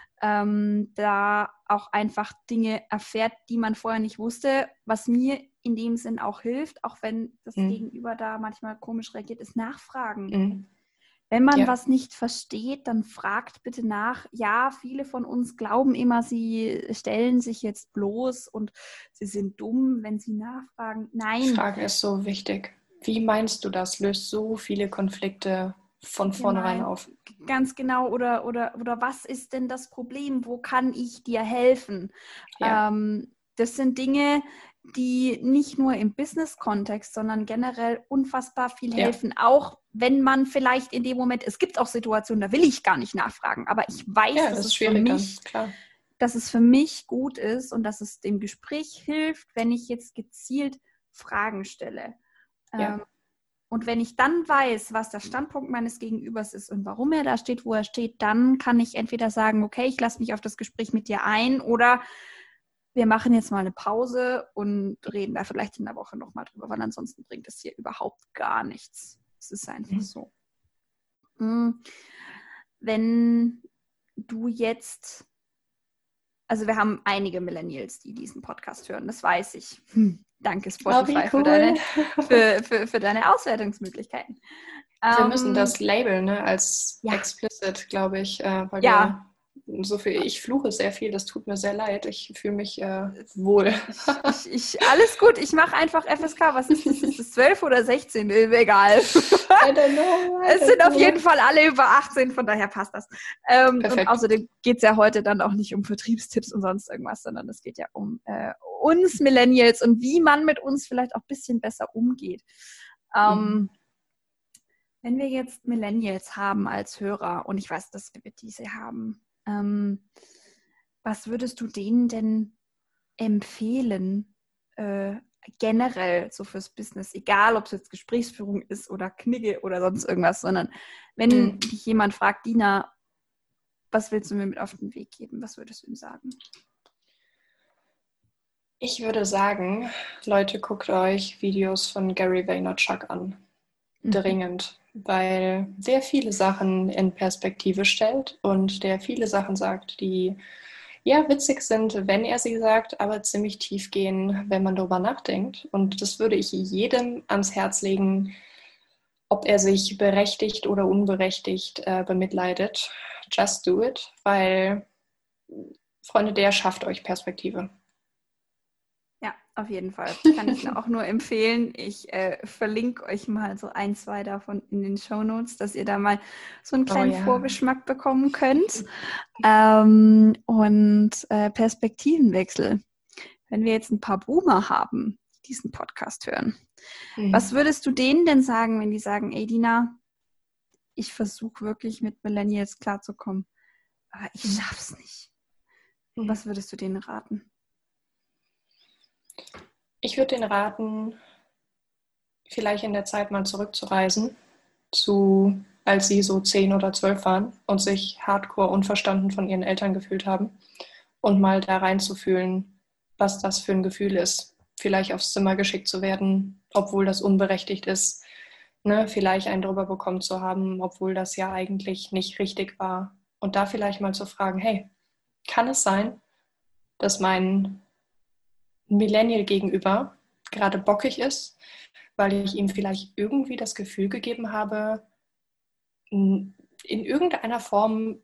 Speaker 2: da auch einfach Dinge erfährt, die man vorher nicht wusste, was mir in dem Sinn auch hilft, auch wenn das Gegenüber da manchmal komisch reagiert, ist Nachfragen. Wenn man was nicht versteht, dann fragt bitte nach. Ja, viele von uns glauben immer, sie stellen sich jetzt bloß und sie sind dumm, wenn sie nachfragen. Nein.
Speaker 1: Fragen ist so wichtig. Wie meinst du das? Löst so viele Konflikte von vornherein auf.
Speaker 2: Ganz genau. Oder was ist denn das Problem? Wo kann ich dir helfen? Ja. Das sind Dinge, die nicht nur im Business-Kontext, sondern generell unfassbar viel helfen. Auch wenn man vielleicht in dem Moment, es gibt auch Situationen, da will ich gar nicht nachfragen, aber ich weiß, dass es für mich gut ist und dass es dem Gespräch hilft, wenn ich jetzt gezielt Fragen stelle. Ja. Und wenn ich dann weiß, was der Standpunkt meines Gegenübers ist und warum er da steht, wo er steht, dann kann ich entweder sagen, okay, ich lasse mich auf das Gespräch mit dir ein oder wir machen jetzt mal eine Pause und reden da vielleicht in der Woche nochmal drüber, weil ansonsten bringt es hier überhaupt gar nichts. Es ist einfach so. Wenn du jetzt, also wir haben einige Millennials, die diesen Podcast hören, das weiß ich. Danke Spotify für deine Auswertungsmöglichkeiten.
Speaker 1: Wir müssen das labeln, als explicit, glaube ich, weil wir so viel, ich fluche sehr viel, das tut mir sehr leid, ich fühle mich wohl.
Speaker 2: Alles gut, ich mache einfach FSK, was ist das? Ist das 12 oder 16? Egal.
Speaker 1: I don't know.
Speaker 2: Es sind auf jeden Fall alle über 18, von daher passt das. Und außerdem geht es ja heute dann auch nicht um Vertriebstipps und sonst irgendwas, sondern es geht ja um uns Millennials und wie man mit uns vielleicht auch ein bisschen besser umgeht. Wenn wir jetzt Millennials haben als Hörer, und ich weiß, dass wir diese haben, was würdest du denen denn empfehlen, generell so fürs Business, egal ob es jetzt Gesprächsführung ist oder Knigge oder sonst irgendwas, sondern wenn dich jemand fragt, Dina, was willst du mir mit auf den Weg geben? Was würdest du ihm sagen?
Speaker 1: Ich würde sagen, Leute, guckt euch Videos von Gary Vaynerchuk an. Dringend. Weil der viele Sachen in Perspektive stellt und der viele Sachen sagt, die witzig sind, wenn er sie sagt, aber ziemlich tief gehen, wenn man darüber nachdenkt. Und das würde ich jedem ans Herz legen, ob er sich berechtigt oder unberechtigt bemitleidet. Just do it, weil, Freunde, der schafft euch Perspektive.
Speaker 2: Ja, auf jeden Fall. Kann ich auch nur empfehlen. Ich verlinke euch mal so 1, 2 davon in den Shownotes, dass ihr da mal so einen kleinen Vorgeschmack bekommen könnt. Perspektivenwechsel. Wenn wir jetzt ein paar Boomer haben, die diesen Podcast hören, was würdest du denen denn sagen, wenn die sagen, ey Dina, ich versuche wirklich mit Millennials klarzukommen, aber ich schaff's nicht. Was würdest du denen raten?
Speaker 1: Ich würde denen raten, vielleicht in der Zeit mal zurückzureisen, als sie so 10 oder 12 waren und sich hardcore unverstanden von ihren Eltern gefühlt haben und mal da reinzufühlen, was das für ein Gefühl ist. Vielleicht aufs Zimmer geschickt zu werden, obwohl das unberechtigt ist. Ne? Vielleicht einen drüber bekommen zu haben, obwohl das ja eigentlich nicht richtig war. Und da vielleicht mal zu fragen, hey, kann es sein, dass mein Millennial gegenüber gerade bockig ist, weil ich ihm vielleicht irgendwie das Gefühl gegeben habe, in irgendeiner Form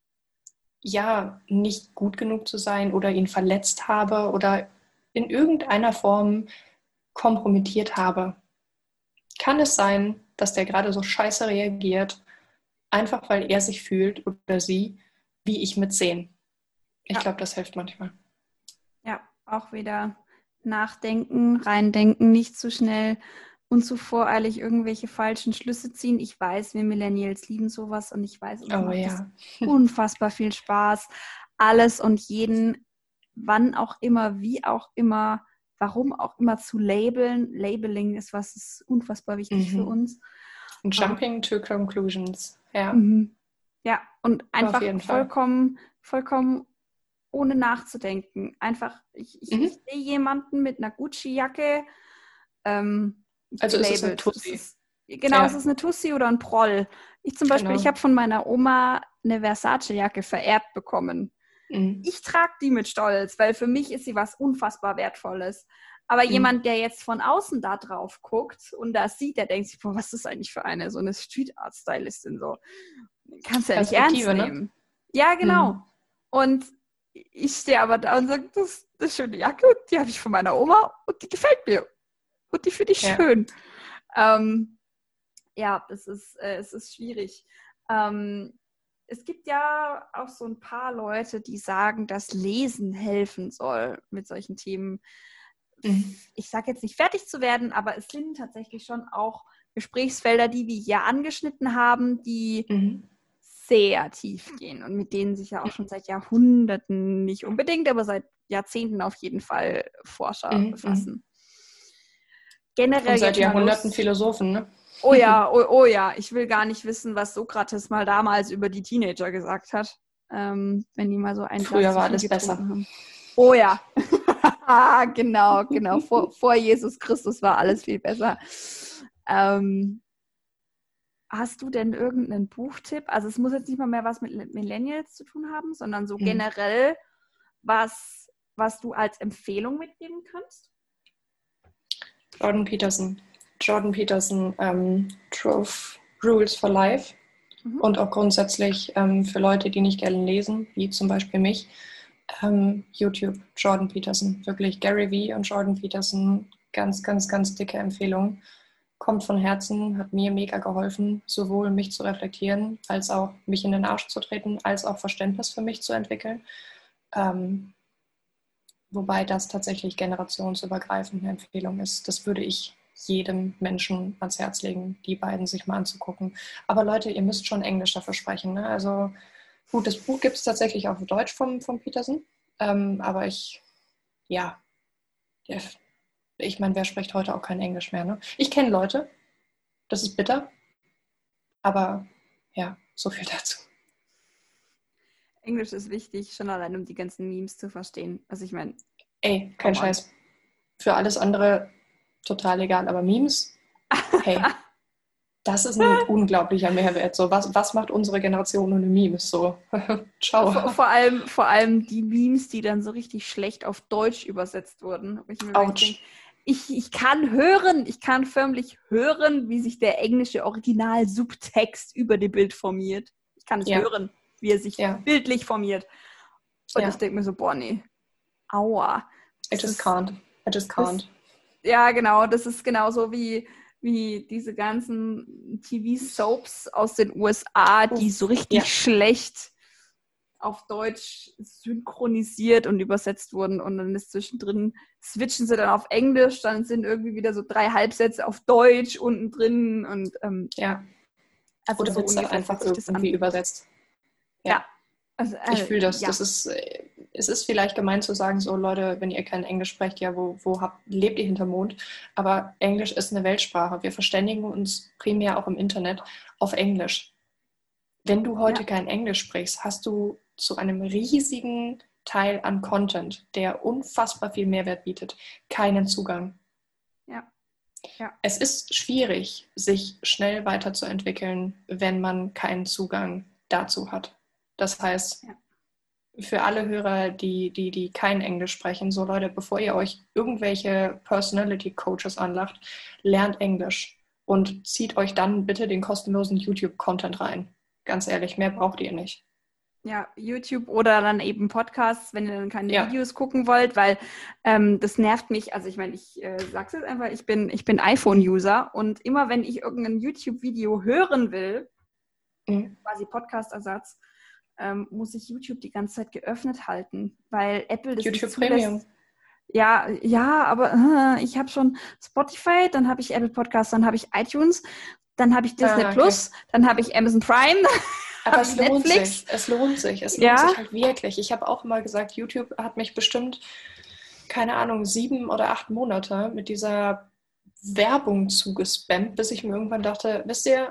Speaker 1: ja nicht gut genug zu sein oder ihn verletzt habe oder in irgendeiner Form kompromittiert habe. Kann es sein, dass der gerade so scheiße reagiert, einfach weil er sich fühlt oder sie, wie ich mit 10? Ich glaube, das hilft manchmal.
Speaker 2: Ja, auch wieder nachdenken, reindenken, nicht zu schnell und zu voreilig irgendwelche falschen Schlüsse ziehen. Ich weiß, wir Millennials lieben sowas und ich weiß, uns macht das unfassbar viel Spaß, alles und jeden, wann auch immer, wie auch immer, warum auch immer zu labeln. Labeling ist ist unfassbar wichtig für uns.
Speaker 1: Und Jumping to Conclusions, ja.
Speaker 2: Ja, und einfach vollkommen ohne nachzudenken. Einfach, ich sehe jemanden mit einer Gucci-Jacke.
Speaker 1: Also ist es eine Tussi.
Speaker 2: Es ist eine Tussi oder ein Proll. Ich zum Beispiel, ich habe von meiner Oma eine Versace-Jacke vererbt bekommen. Ich trage die mit Stolz, weil für mich ist sie was unfassbar Wertvolles. Aber jemand, der jetzt von außen da drauf guckt und das sieht, der denkt sich, boah, was ist das eigentlich für so eine Street-Art-Stylistin so? Kannst du ja nicht ernst nehmen. Ne? Ja, genau. Und ich stehe aber da und sage, das ist eine schöne Jacke, die habe ich von meiner Oma und die gefällt mir. Und die finde ich schön. Es ist schwierig. Es gibt ja auch so ein paar Leute, die sagen, dass Lesen helfen soll mit solchen Themen. Ich sage jetzt nicht fertig zu werden, aber es sind tatsächlich schon auch Gesprächsfelder, die wir hier angeschnitten haben, die sehr tief gehen und mit denen sich ja auch schon seit Jahrhunderten, nicht unbedingt, aber seit Jahrzehnten auf jeden Fall Forscher befassen. Generell
Speaker 1: und seit Jahrhunderten Philosophen, ne?
Speaker 2: Oh ja, ich will gar nicht wissen, was Sokrates mal damals über die Teenager gesagt hat, wenn die mal so ein
Speaker 1: Früher war alles besser.
Speaker 2: Haben. Oh ja, genau. Vor Jesus Christus war alles viel besser. Hast du denn irgendeinen Buchtipp? Also es muss jetzt nicht mal mehr was mit Millennials zu tun haben, sondern so generell, was du als Empfehlung mitgeben kannst?
Speaker 1: Jordan Peterson, 12 Rules for Life und auch grundsätzlich für Leute, die nicht gerne lesen, wie zum Beispiel mich, YouTube, Jordan Peterson, wirklich Gary Vee und Jordan Peterson, ganz, ganz, ganz dicke Empfehlung. Kommt von Herzen, hat mir mega geholfen, sowohl mich zu reflektieren, als auch mich in den Arsch zu treten, als auch Verständnis für mich zu entwickeln. Wobei das tatsächlich generationsübergreifende Empfehlung ist. Das würde ich jedem Menschen ans Herz legen, die beiden sich mal anzugucken. Aber Leute, ihr müsst schon Englisch dafür sprechen. Ne? Also gut, das Buch gibt es tatsächlich auf Deutsch von Peterson. Aber ich meine, wer spricht heute auch kein Englisch mehr? Ne? Ich kenne Leute, das ist bitter. Aber ja, so viel dazu.
Speaker 2: Englisch ist wichtig, schon allein, um die ganzen Memes zu verstehen. Also ich meine...
Speaker 1: kein Scheiß. Für alles andere total egal, aber Memes, hey, das ist ein unglaublicher Mehrwert. So, was macht unsere Generation ohne Memes? So, ciao.
Speaker 2: Vor allem die Memes, die dann so richtig schlecht auf Deutsch übersetzt wurden. Ich mir denke, ich kann förmlich hören, wie sich der englische Original-Subtext über dem Bild formiert. Ich kann es hören, wie er sich bildlich formiert. Und ich denke mir so, boah, nee, aua.
Speaker 1: I just can't.
Speaker 2: Ja, genau, das ist genauso wie diese ganzen TV-Soaps aus den USA, die so richtig schlecht auf Deutsch synchronisiert und übersetzt wurden und dann ist zwischendrin, switchen sie dann auf Englisch, dann sind irgendwie wieder so 3 Halbsätze auf Deutsch unten drin und
Speaker 1: also oder so wird es dann einfach irgendwie übersetzt. Ja. Also, ich fühle das. Ja. Es ist vielleicht gemein zu sagen, so Leute, wenn ihr kein Englisch sprecht, ja, lebt ihr hinterm Mond? Aber Englisch ist eine Weltsprache. Wir verständigen uns primär auch im Internet auf Englisch. Wenn du heute kein Englisch sprichst, hast du zu einem riesigen Teil an Content, der unfassbar viel Mehrwert bietet, keinen Zugang. Ja. Es ist schwierig, sich schnell weiterzuentwickeln, wenn man keinen Zugang dazu hat. Das heißt, für alle Hörer, die kein Englisch sprechen, so Leute, bevor ihr euch irgendwelche Personality Coaches anlacht, lernt Englisch und zieht euch dann bitte den kostenlosen YouTube-Content rein. Ganz ehrlich, mehr braucht ihr nicht.
Speaker 2: Ja, YouTube oder dann eben Podcasts, wenn ihr dann keine Videos gucken wollt, weil das nervt mich. Also ich meine, ich sag's jetzt einfach, ich bin iPhone-User und immer wenn ich irgendein YouTube-Video hören will, quasi Podcast-Ersatz, muss ich YouTube die ganze Zeit geöffnet halten, weil Apple das
Speaker 1: YouTube Premium.
Speaker 2: Ja, aber ich habe schon Spotify, dann habe ich Apple Podcasts, dann habe ich iTunes, dann habe ich Disney Plus, dann habe ich Amazon Prime.
Speaker 1: Aber es lohnt sich halt wirklich. Ich habe auch immer gesagt, YouTube hat mich bestimmt, keine Ahnung, 7 oder 8 Monate mit dieser Werbung zugespammt, bis ich mir irgendwann dachte, wisst ihr,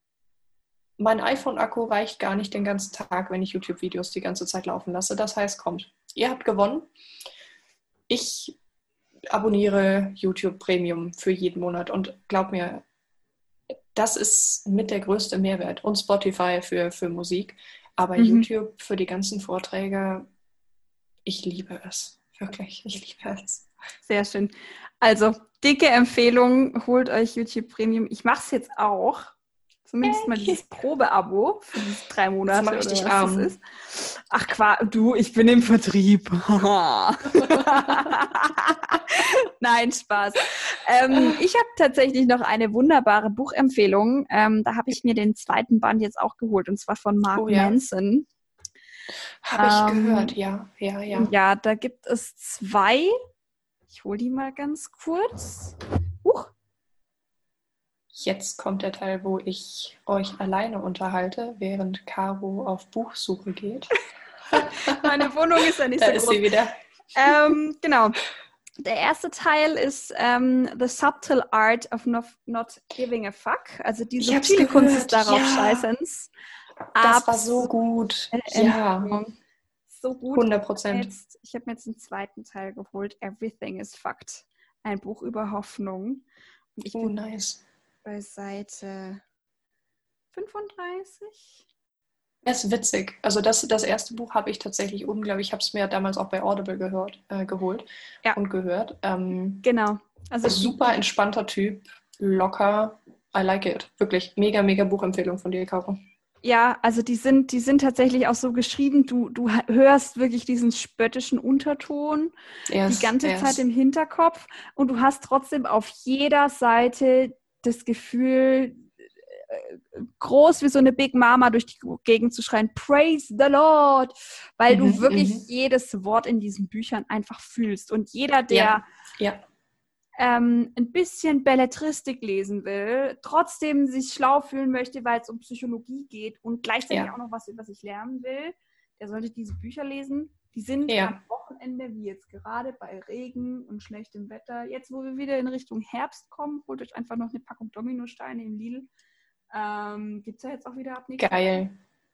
Speaker 1: mein iPhone-Akku reicht gar nicht den ganzen Tag, wenn ich YouTube-Videos die ganze Zeit laufen lasse. Das heißt, kommt, ihr habt gewonnen. Ich abonniere YouTube Premium für jeden Monat und glaub mir, das ist mit der größte Mehrwert. Und Spotify für Musik. Aber YouTube für die ganzen Vorträge, ich liebe es. Wirklich, ich liebe es.
Speaker 2: Sehr schön. Also, dicke Empfehlung, holt euch YouTube Premium. Ich mache es jetzt auch. Zumindest mal dieses Probeabo für diese 3 Monate.
Speaker 1: Das mache ich dich arm.
Speaker 2: Ist. Ach, du, ich bin im Vertrieb. Nein, Spaß. Ich habe tatsächlich noch eine wunderbare Buchempfehlung. Da habe ich mir den 2. Band jetzt auch geholt, und zwar von Mark Manson.
Speaker 1: Habe ich gehört, ja.
Speaker 2: Ja, da gibt es 2. Ich hole die mal ganz kurz.
Speaker 1: Jetzt kommt der Teil, wo ich euch alleine unterhalte, während Caro auf Buchsuche geht.
Speaker 2: Meine Wohnung ist ja nicht so groß.
Speaker 1: Da ist sie wieder.
Speaker 2: Genau. Der erste Teil ist The Subtle Art of Not Giving a Fuck. Also die subtile Kunst des darauf Scheißens.
Speaker 1: Das war so gut. Ja.
Speaker 2: So gut.
Speaker 1: 100%.
Speaker 2: Ich habe mir jetzt den 2. Teil geholt. Everything is Fucked. Ein Buch über Hoffnung. Und ich bin
Speaker 1: nice.
Speaker 2: Bei Seite 35.
Speaker 1: Das ist witzig. Also das erste Buch habe ich tatsächlich unglaublich, ich habe es mir damals auch bei Audible geholt und gehört.
Speaker 2: Genau. Also
Speaker 1: super entspannter Typ, locker, I like it. Wirklich, mega, mega Buchempfehlung von dir, Caro.
Speaker 2: Ja, also die sind tatsächlich auch so geschrieben, du hörst wirklich diesen spöttischen Unterton die ganze Zeit im Hinterkopf und du hast trotzdem auf jeder Seite das Gefühl, groß wie so eine Big Mama durch die Gegend zu schreien, Praise the Lord, weil du wirklich jedes Wort in diesen Büchern einfach fühlst. Und jeder, der ein bisschen Belletristik lesen will, trotzdem sich schlau fühlen möchte, weil es um Psychologie geht und gleichzeitig auch noch was über sich lernen will, der sollte diese Bücher lesen. Die sind am Wochenende, wie jetzt gerade, bei Regen und schlechtem Wetter. Jetzt, wo wir wieder in Richtung Herbst kommen, holt euch einfach noch eine Packung Dominosteine im Lidl. Gibt es ja jetzt auch wieder ab nächstes
Speaker 1: Geil.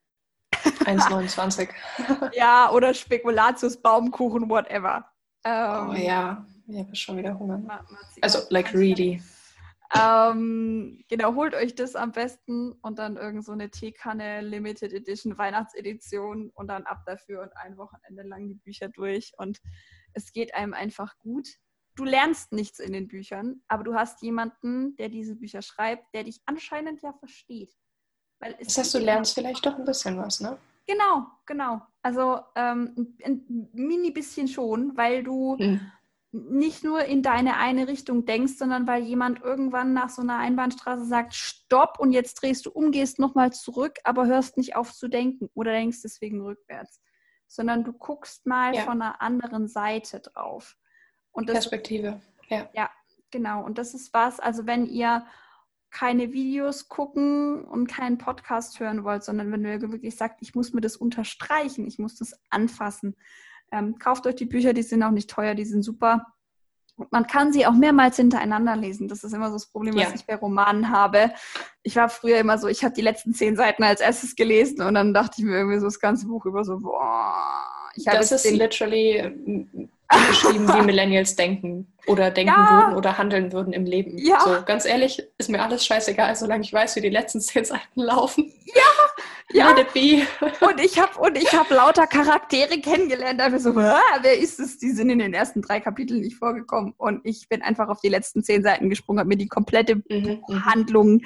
Speaker 1: 1,29.
Speaker 2: Ja, oder Spekulatius, Baumkuchen, whatever.
Speaker 1: Ja, ich habe schon wieder Hunger. Also, like really.
Speaker 2: Genau, holt euch das am besten und dann irgend so eine Teekanne Limited Edition Weihnachtsedition und dann ab dafür und ein Wochenende lang die Bücher durch und es geht einem einfach gut. du lernst nichts in den Büchern, aber du hast jemanden, der diese Bücher schreibt, der dich anscheinend ja versteht. Weil
Speaker 1: Das heißt, du lernst vielleicht doch ein bisschen was, ne?
Speaker 2: Genau. Also ein mini bisschen schon, weil du nicht nur in deine eine Richtung denkst, sondern weil jemand irgendwann nach so einer Einbahnstraße sagt, stopp und jetzt drehst du um, gehst nochmal zurück, aber hörst nicht auf zu denken oder denkst deswegen rückwärts, sondern du guckst mal von einer anderen Seite drauf. Und das
Speaker 1: Perspektive,
Speaker 2: Ja, genau. Und das ist was, also wenn ihr keine Videos gucken und keinen Podcast hören wollt, sondern wenn ihr wirklich sagt, ich muss mir das unterstreichen, ich muss das anfassen, kauft euch die Bücher, die sind auch nicht teuer, die sind super. Und man kann sie auch mehrmals hintereinander lesen. Das ist immer so das Problem, was ich bei Romanen habe. Ich war früher immer so, ich habe die letzten 10 Seiten als erstes gelesen und dann dachte ich mir irgendwie so das ganze Buch über so, boah.
Speaker 1: Das ist literally geschrieben, wie Millennials denken oder denken würden oder handeln würden im Leben.
Speaker 2: Ja.
Speaker 1: So, ganz ehrlich, ist mir alles scheißegal, solange ich weiß, wie die letzten 10 Seiten laufen.
Speaker 2: Ja.
Speaker 1: Let it be.
Speaker 2: Und ich hab lauter Charaktere kennengelernt, da wir so, wer ist es? Die sind in den ersten 3 Kapiteln nicht vorgekommen. Und ich bin einfach auf die letzten 10 Seiten gesprungen, habe mir die komplette Handlung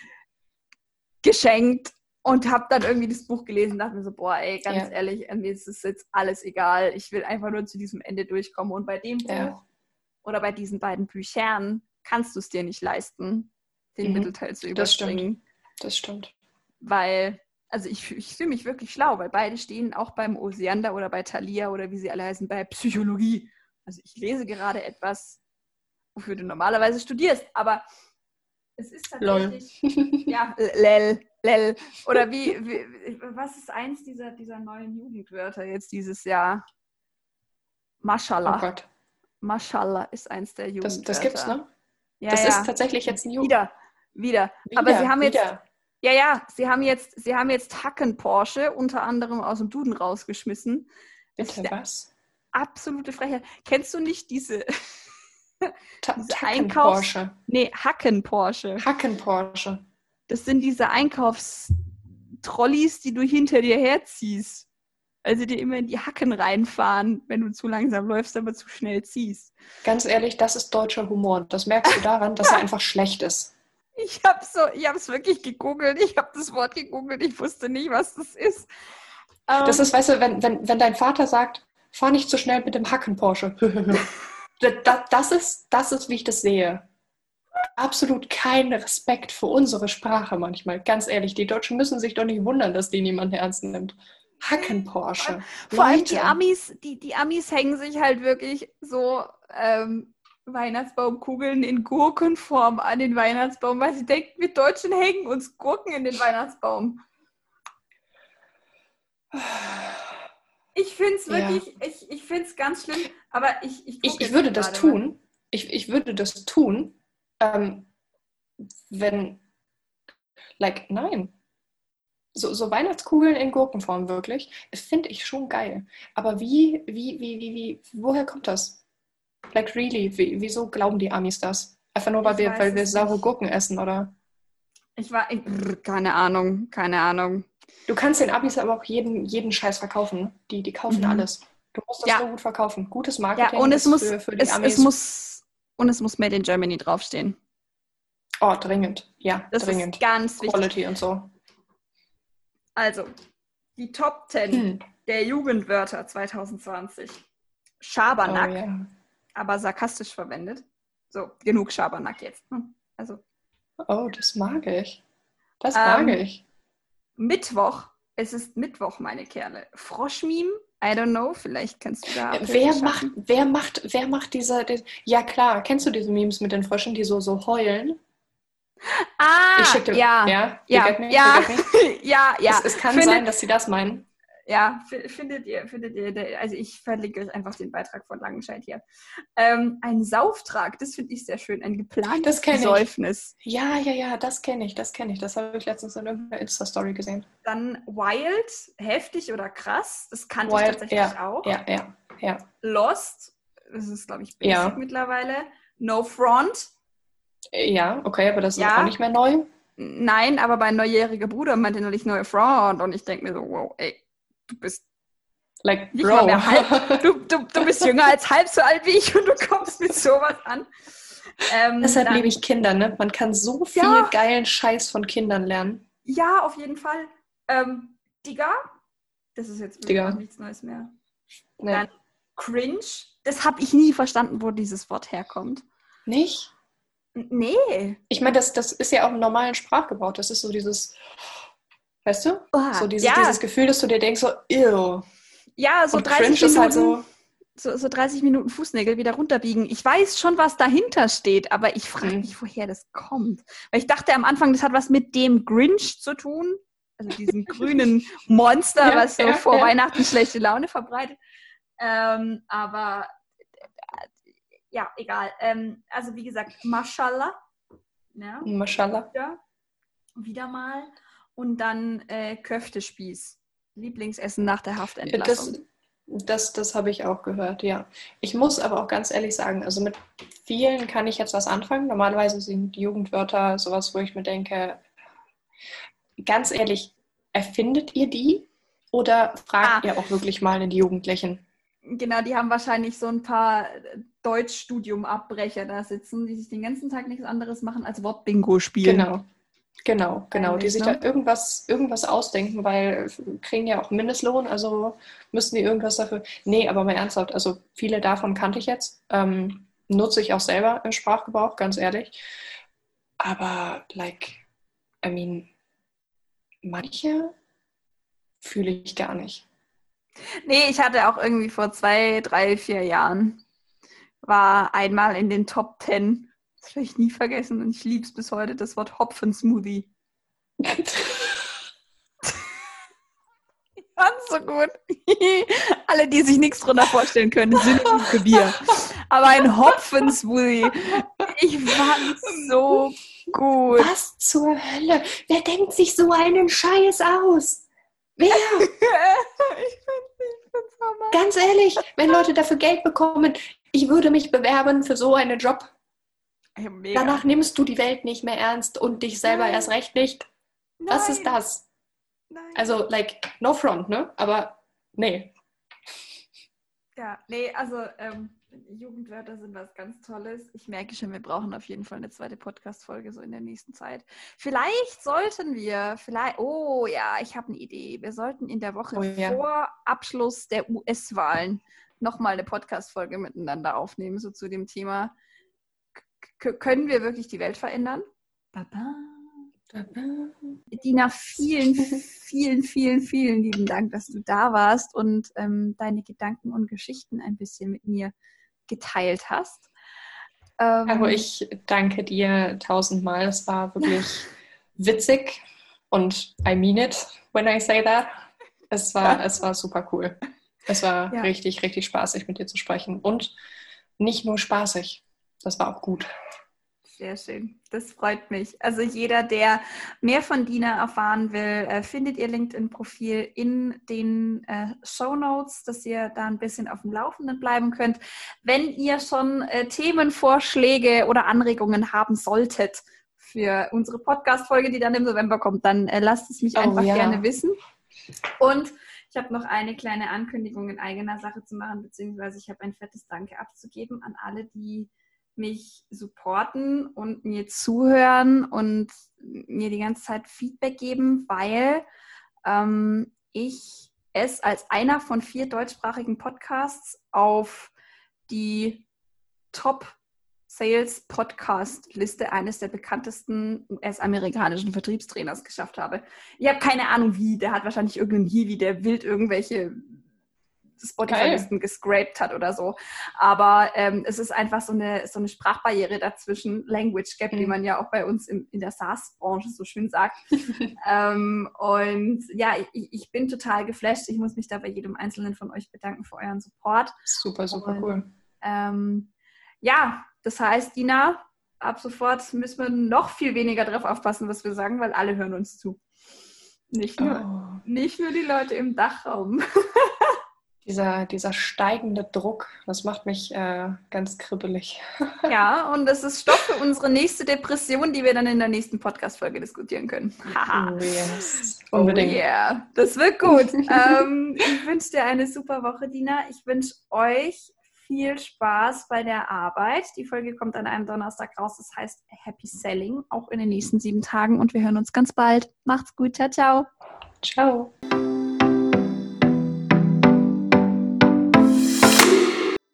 Speaker 2: geschenkt und habe dann irgendwie das Buch gelesen und dachte mir so, boah, ey, ganz ehrlich, mir ist es jetzt alles egal. Ich will einfach nur zu diesem Ende durchkommen. Und bei dem Buch oder bei diesen beiden Büchern kannst du es dir nicht leisten, den Mittelteil zu überspringen.
Speaker 1: Das stimmt.
Speaker 2: Weil, also ich fühle mich wirklich schlau, weil beide stehen auch beim Osiander oder bei Thalia oder wie sie alle heißen, bei Psychologie. Also ich lese gerade etwas, wofür du normalerweise studierst, aber es ist tatsächlich... Ja, lel. Oder was ist eins dieser neuen Jugendwörter jetzt dieses Jahr? Mashallah.
Speaker 1: Oh Gott.
Speaker 2: Mashallah ist eins der Jugendwörter.
Speaker 1: Das gibt's, ne?
Speaker 2: Ja,
Speaker 1: das ist tatsächlich jetzt ein Jugend.
Speaker 2: Wieder. Aber sie haben jetzt... Sie haben jetzt Hacken-Porsche unter anderem aus dem Duden rausgeschmissen.
Speaker 1: Bitte, was?
Speaker 2: Absolute Frechheit. Kennst du nicht diese
Speaker 1: Hacken-Porsche?
Speaker 2: Nee, Hacken-Porsche.
Speaker 1: Hacken-Porsche.
Speaker 2: Das sind diese Einkaufstrolleys, die du hinter dir herziehst. Also dir immer in die Hacken reinfahren, wenn du zu langsam läufst, aber zu schnell ziehst.
Speaker 1: Ganz ehrlich, das ist deutscher Humor. Das merkst du daran, dass er einfach schlecht ist.
Speaker 2: Ich hab's wirklich gegoogelt. Ich habe das Wort gegoogelt. Ich wusste nicht, was das ist.
Speaker 1: Das ist, weißt du, wenn dein Vater sagt, fahr nicht so schnell mit dem Hacken-Porsche. das ist, wie ich das sehe. Absolut kein Respekt für unsere Sprache manchmal. Ganz ehrlich, die Deutschen müssen sich doch nicht wundern, dass die niemand ernst nimmt. Hacken-Porsche.
Speaker 2: Vor allem die Amis hängen sich halt wirklich so Weihnachtsbaumkugeln in Gurkenform an den Weihnachtsbaum, weil sie denken, wir Deutschen hängen uns Gurken in den Weihnachtsbaum. Ich finde es wirklich, ich finde es ganz schlimm, aber ich
Speaker 1: würde das tun. Ich würde das tun, wenn, nein. So Weihnachtskugeln in Gurkenform wirklich, das finde ich schon geil. Aber woher kommt das? Really, wieso glauben die Amis das? Einfach nur, weil wir saure Gurken essen, oder?
Speaker 2: Keine Ahnung.
Speaker 1: Du kannst den Amis aber auch jeden Scheiß verkaufen. Die kaufen alles. Du musst das so gut verkaufen. Gutes Marketing
Speaker 2: und es muss,
Speaker 1: für die Amis.
Speaker 2: Es muss Made in Germany draufstehen.
Speaker 1: Oh, dringend. Ja,
Speaker 2: das
Speaker 1: dringend.
Speaker 2: Ist ganz wichtig.
Speaker 1: Quality und so.
Speaker 2: Also, die Top 10 der Jugendwörter 2020. Schabernack, aber sarkastisch verwendet. So, genug Schabernack jetzt. Also.
Speaker 1: Oh, das mag ich. Das mag ich.
Speaker 2: Mittwoch. Es ist Mittwoch, meine Kerle. Froschmeme? I don't know, vielleicht kannst du da...
Speaker 1: Wer macht diese... Ja, klar. Kennst du diese Memes mit den Fröschen, die so heulen? Ich schick dir, ja. Es kann sein, dass sie das meinen.
Speaker 2: Ja, findet ihr, also ich verlinke euch einfach den Beitrag von Langenscheid hier. Ein Sauftrag, das finde ich sehr schön, ein geplantes Säufnis.
Speaker 1: Ja, das kenne ich. Das habe ich letztens in irgendeiner Insta-Story gesehen.
Speaker 2: Dann wild, heftig oder krass, das kannte ich tatsächlich auch.
Speaker 1: Ja.
Speaker 2: Lost, das ist, glaube ich, basic mittlerweile. No front.
Speaker 1: Ja, okay, aber das ist auch nicht mehr neu.
Speaker 2: Nein, aber mein neujähriger Bruder meinte neulich neue Front und ich denke mir so, wow, ey, du bist
Speaker 1: Like,
Speaker 2: Nicht
Speaker 1: Bro.
Speaker 2: mal mehr halb. Du bist jünger als halb so alt wie ich und du kommst mit sowas an.
Speaker 1: Deshalb liebe ich Kinder, ne? Man kann so viel geilen Scheiß von Kindern lernen.
Speaker 2: Ja, auf jeden Fall. Digga, das ist jetzt wirklich auch nichts Neues mehr. Nee. Dann Cringe, das habe ich nie verstanden, wo dieses Wort herkommt.
Speaker 1: Nicht?
Speaker 2: Nee.
Speaker 1: Ich meine, das ist ja auch im normalen Sprachgebrauch. Das ist so dieses, weißt du? So dieses Gefühl, dass du dir denkst, so, ew.
Speaker 2: Ja, so
Speaker 1: und
Speaker 2: 30
Speaker 1: Cringe
Speaker 2: Minuten.
Speaker 1: Ist halt
Speaker 2: so 30 Minuten Fußnägel wieder runterbiegen. Ich weiß schon, was dahinter steht, aber ich frage mich, woher das kommt. Weil ich dachte am Anfang, das hat was mit dem Grinch zu tun. Also diesem grünen Monster, was so vor Weihnachten schlechte Laune verbreitet. Aber ja, egal. Also wie gesagt, Mashallah. Ja,
Speaker 1: Mashallah.
Speaker 2: Ja, wieder mal. Und dann Köftespieß. Lieblingsessen nach der Haftentlassung.
Speaker 1: Das habe ich auch gehört, ja. Ich muss aber auch ganz ehrlich sagen, also mit vielen kann ich jetzt was anfangen. Normalerweise sind Jugendwörter sowas, wo ich mir denke, ganz ehrlich, erfindet ihr die oder fragt ihr auch wirklich mal in die Jugendlichen?
Speaker 2: Genau, die haben wahrscheinlich so ein paar Deutschstudium-Abbrecher da sitzen, die sich den ganzen Tag nichts anderes machen als Wortbingo spielen.
Speaker 1: Genau. Die sich da irgendwas ausdenken, weil kriegen ja auch Mindestlohn, also müssen die irgendwas dafür. Nee, aber mal ernsthaft, also viele davon kannte ich jetzt. Nutze ich auch selber im Sprachgebrauch, ganz ehrlich. Aber, manche fühle ich gar nicht.
Speaker 2: Nee, ich hatte auch irgendwie vor 2, 3, 4 Jahren, war einmal in den Top 10. Das werde ich nie vergessen und ich liebe es bis heute, das Wort Hopfen-Smoothie. Ganz so gut. Alle, die sich nichts drunter vorstellen können, sind für Bier. Aber ein Hopfen-Smoothie, ich fand so gut.
Speaker 1: Was zur Hölle? Wer denkt sich so einen Scheiß aus? Wer?
Speaker 2: Ich find's Hammer.
Speaker 1: Ganz ehrlich, wenn Leute dafür Geld bekommen, ich würde mich bewerben für so einen Job.
Speaker 2: Ja, mega.
Speaker 1: Danach nimmst du die Welt nicht mehr ernst und dich selber erst recht nicht. Was ist das?
Speaker 2: Nein.
Speaker 1: Also, no front, ne? Aber, nee.
Speaker 2: Ja, nee, also Jugendwörter sind was ganz Tolles. Ich merke schon, wir brauchen auf jeden Fall eine zweite Podcast-Folge so in der nächsten Zeit. Vielleicht sollten wir, ich habe eine Idee. Wir sollten in der Woche vor Abschluss der US-Wahlen nochmal eine Podcast-Folge miteinander aufnehmen, so zu dem Thema, können wir wirklich die Welt verändern? Baba. Dina, vielen, vielen, vielen, vielen lieben Dank, dass du da warst und deine Gedanken und Geschichten ein bisschen mit mir geteilt hast.
Speaker 1: Also ich danke dir 1000-mal. Es war wirklich witzig und I mean it when I say that. Es war super cool. Es war richtig, richtig spaßig, mit dir zu sprechen. Und nicht nur spaßig, das war auch gut.
Speaker 2: Sehr schön, das freut mich. Also jeder, der mehr von Dina erfahren will, findet ihr LinkedIn-Profil in den Shownotes, dass ihr da ein bisschen auf dem Laufenden bleiben könnt. Wenn ihr schon Themenvorschläge oder Anregungen haben solltet für unsere Podcast-Folge, die dann im November kommt, dann lasst es mich einfach gerne wissen. Und ich habe noch eine kleine Ankündigung in eigener Sache zu machen, beziehungsweise ich habe ein fettes Danke abzugeben an alle, die mich supporten und mir zuhören und mir die ganze Zeit Feedback geben, weil ich es als einer von 4 deutschsprachigen Podcasts auf die Top-Sales-Podcast-Liste eines der bekanntesten US-amerikanischen Vertriebstrainers geschafft habe. Ich habe keine Ahnung wie, der hat wahrscheinlich irgendeinen Hiwi, der wild irgendwelche Spotify-Listen gescraped hat oder so. Aber es ist einfach so eine Sprachbarriere dazwischen, Language Gap, wie man ja auch bei uns in der SaaS-Branche so schön sagt. Und ja, ich bin total geflasht. Ich muss mich da bei jedem Einzelnen von euch bedanken für euren Support.
Speaker 1: Super, super cool.
Speaker 2: Ja, das heißt, Dina, ab sofort müssen wir noch viel weniger drauf aufpassen, was wir sagen, weil alle hören uns zu. Nicht nur die Leute im Dachraum.
Speaker 1: Dieser steigende Druck, das macht mich ganz kribbelig.
Speaker 2: Ja, und das ist Stoff für unsere nächste Depression, die wir dann in der nächsten Podcast-Folge diskutieren können.
Speaker 1: Oh yes, unbedingt.
Speaker 2: Oh yeah, das wird gut. Ich wünsche dir eine super Woche, Dina. Ich wünsche euch viel Spaß bei der Arbeit. Die Folge kommt an einem Donnerstag raus. Das heißt Happy Selling, auch in den nächsten 7 Tagen. Und wir hören uns ganz bald. Macht's gut. Ciao, ciao.
Speaker 1: Ciao.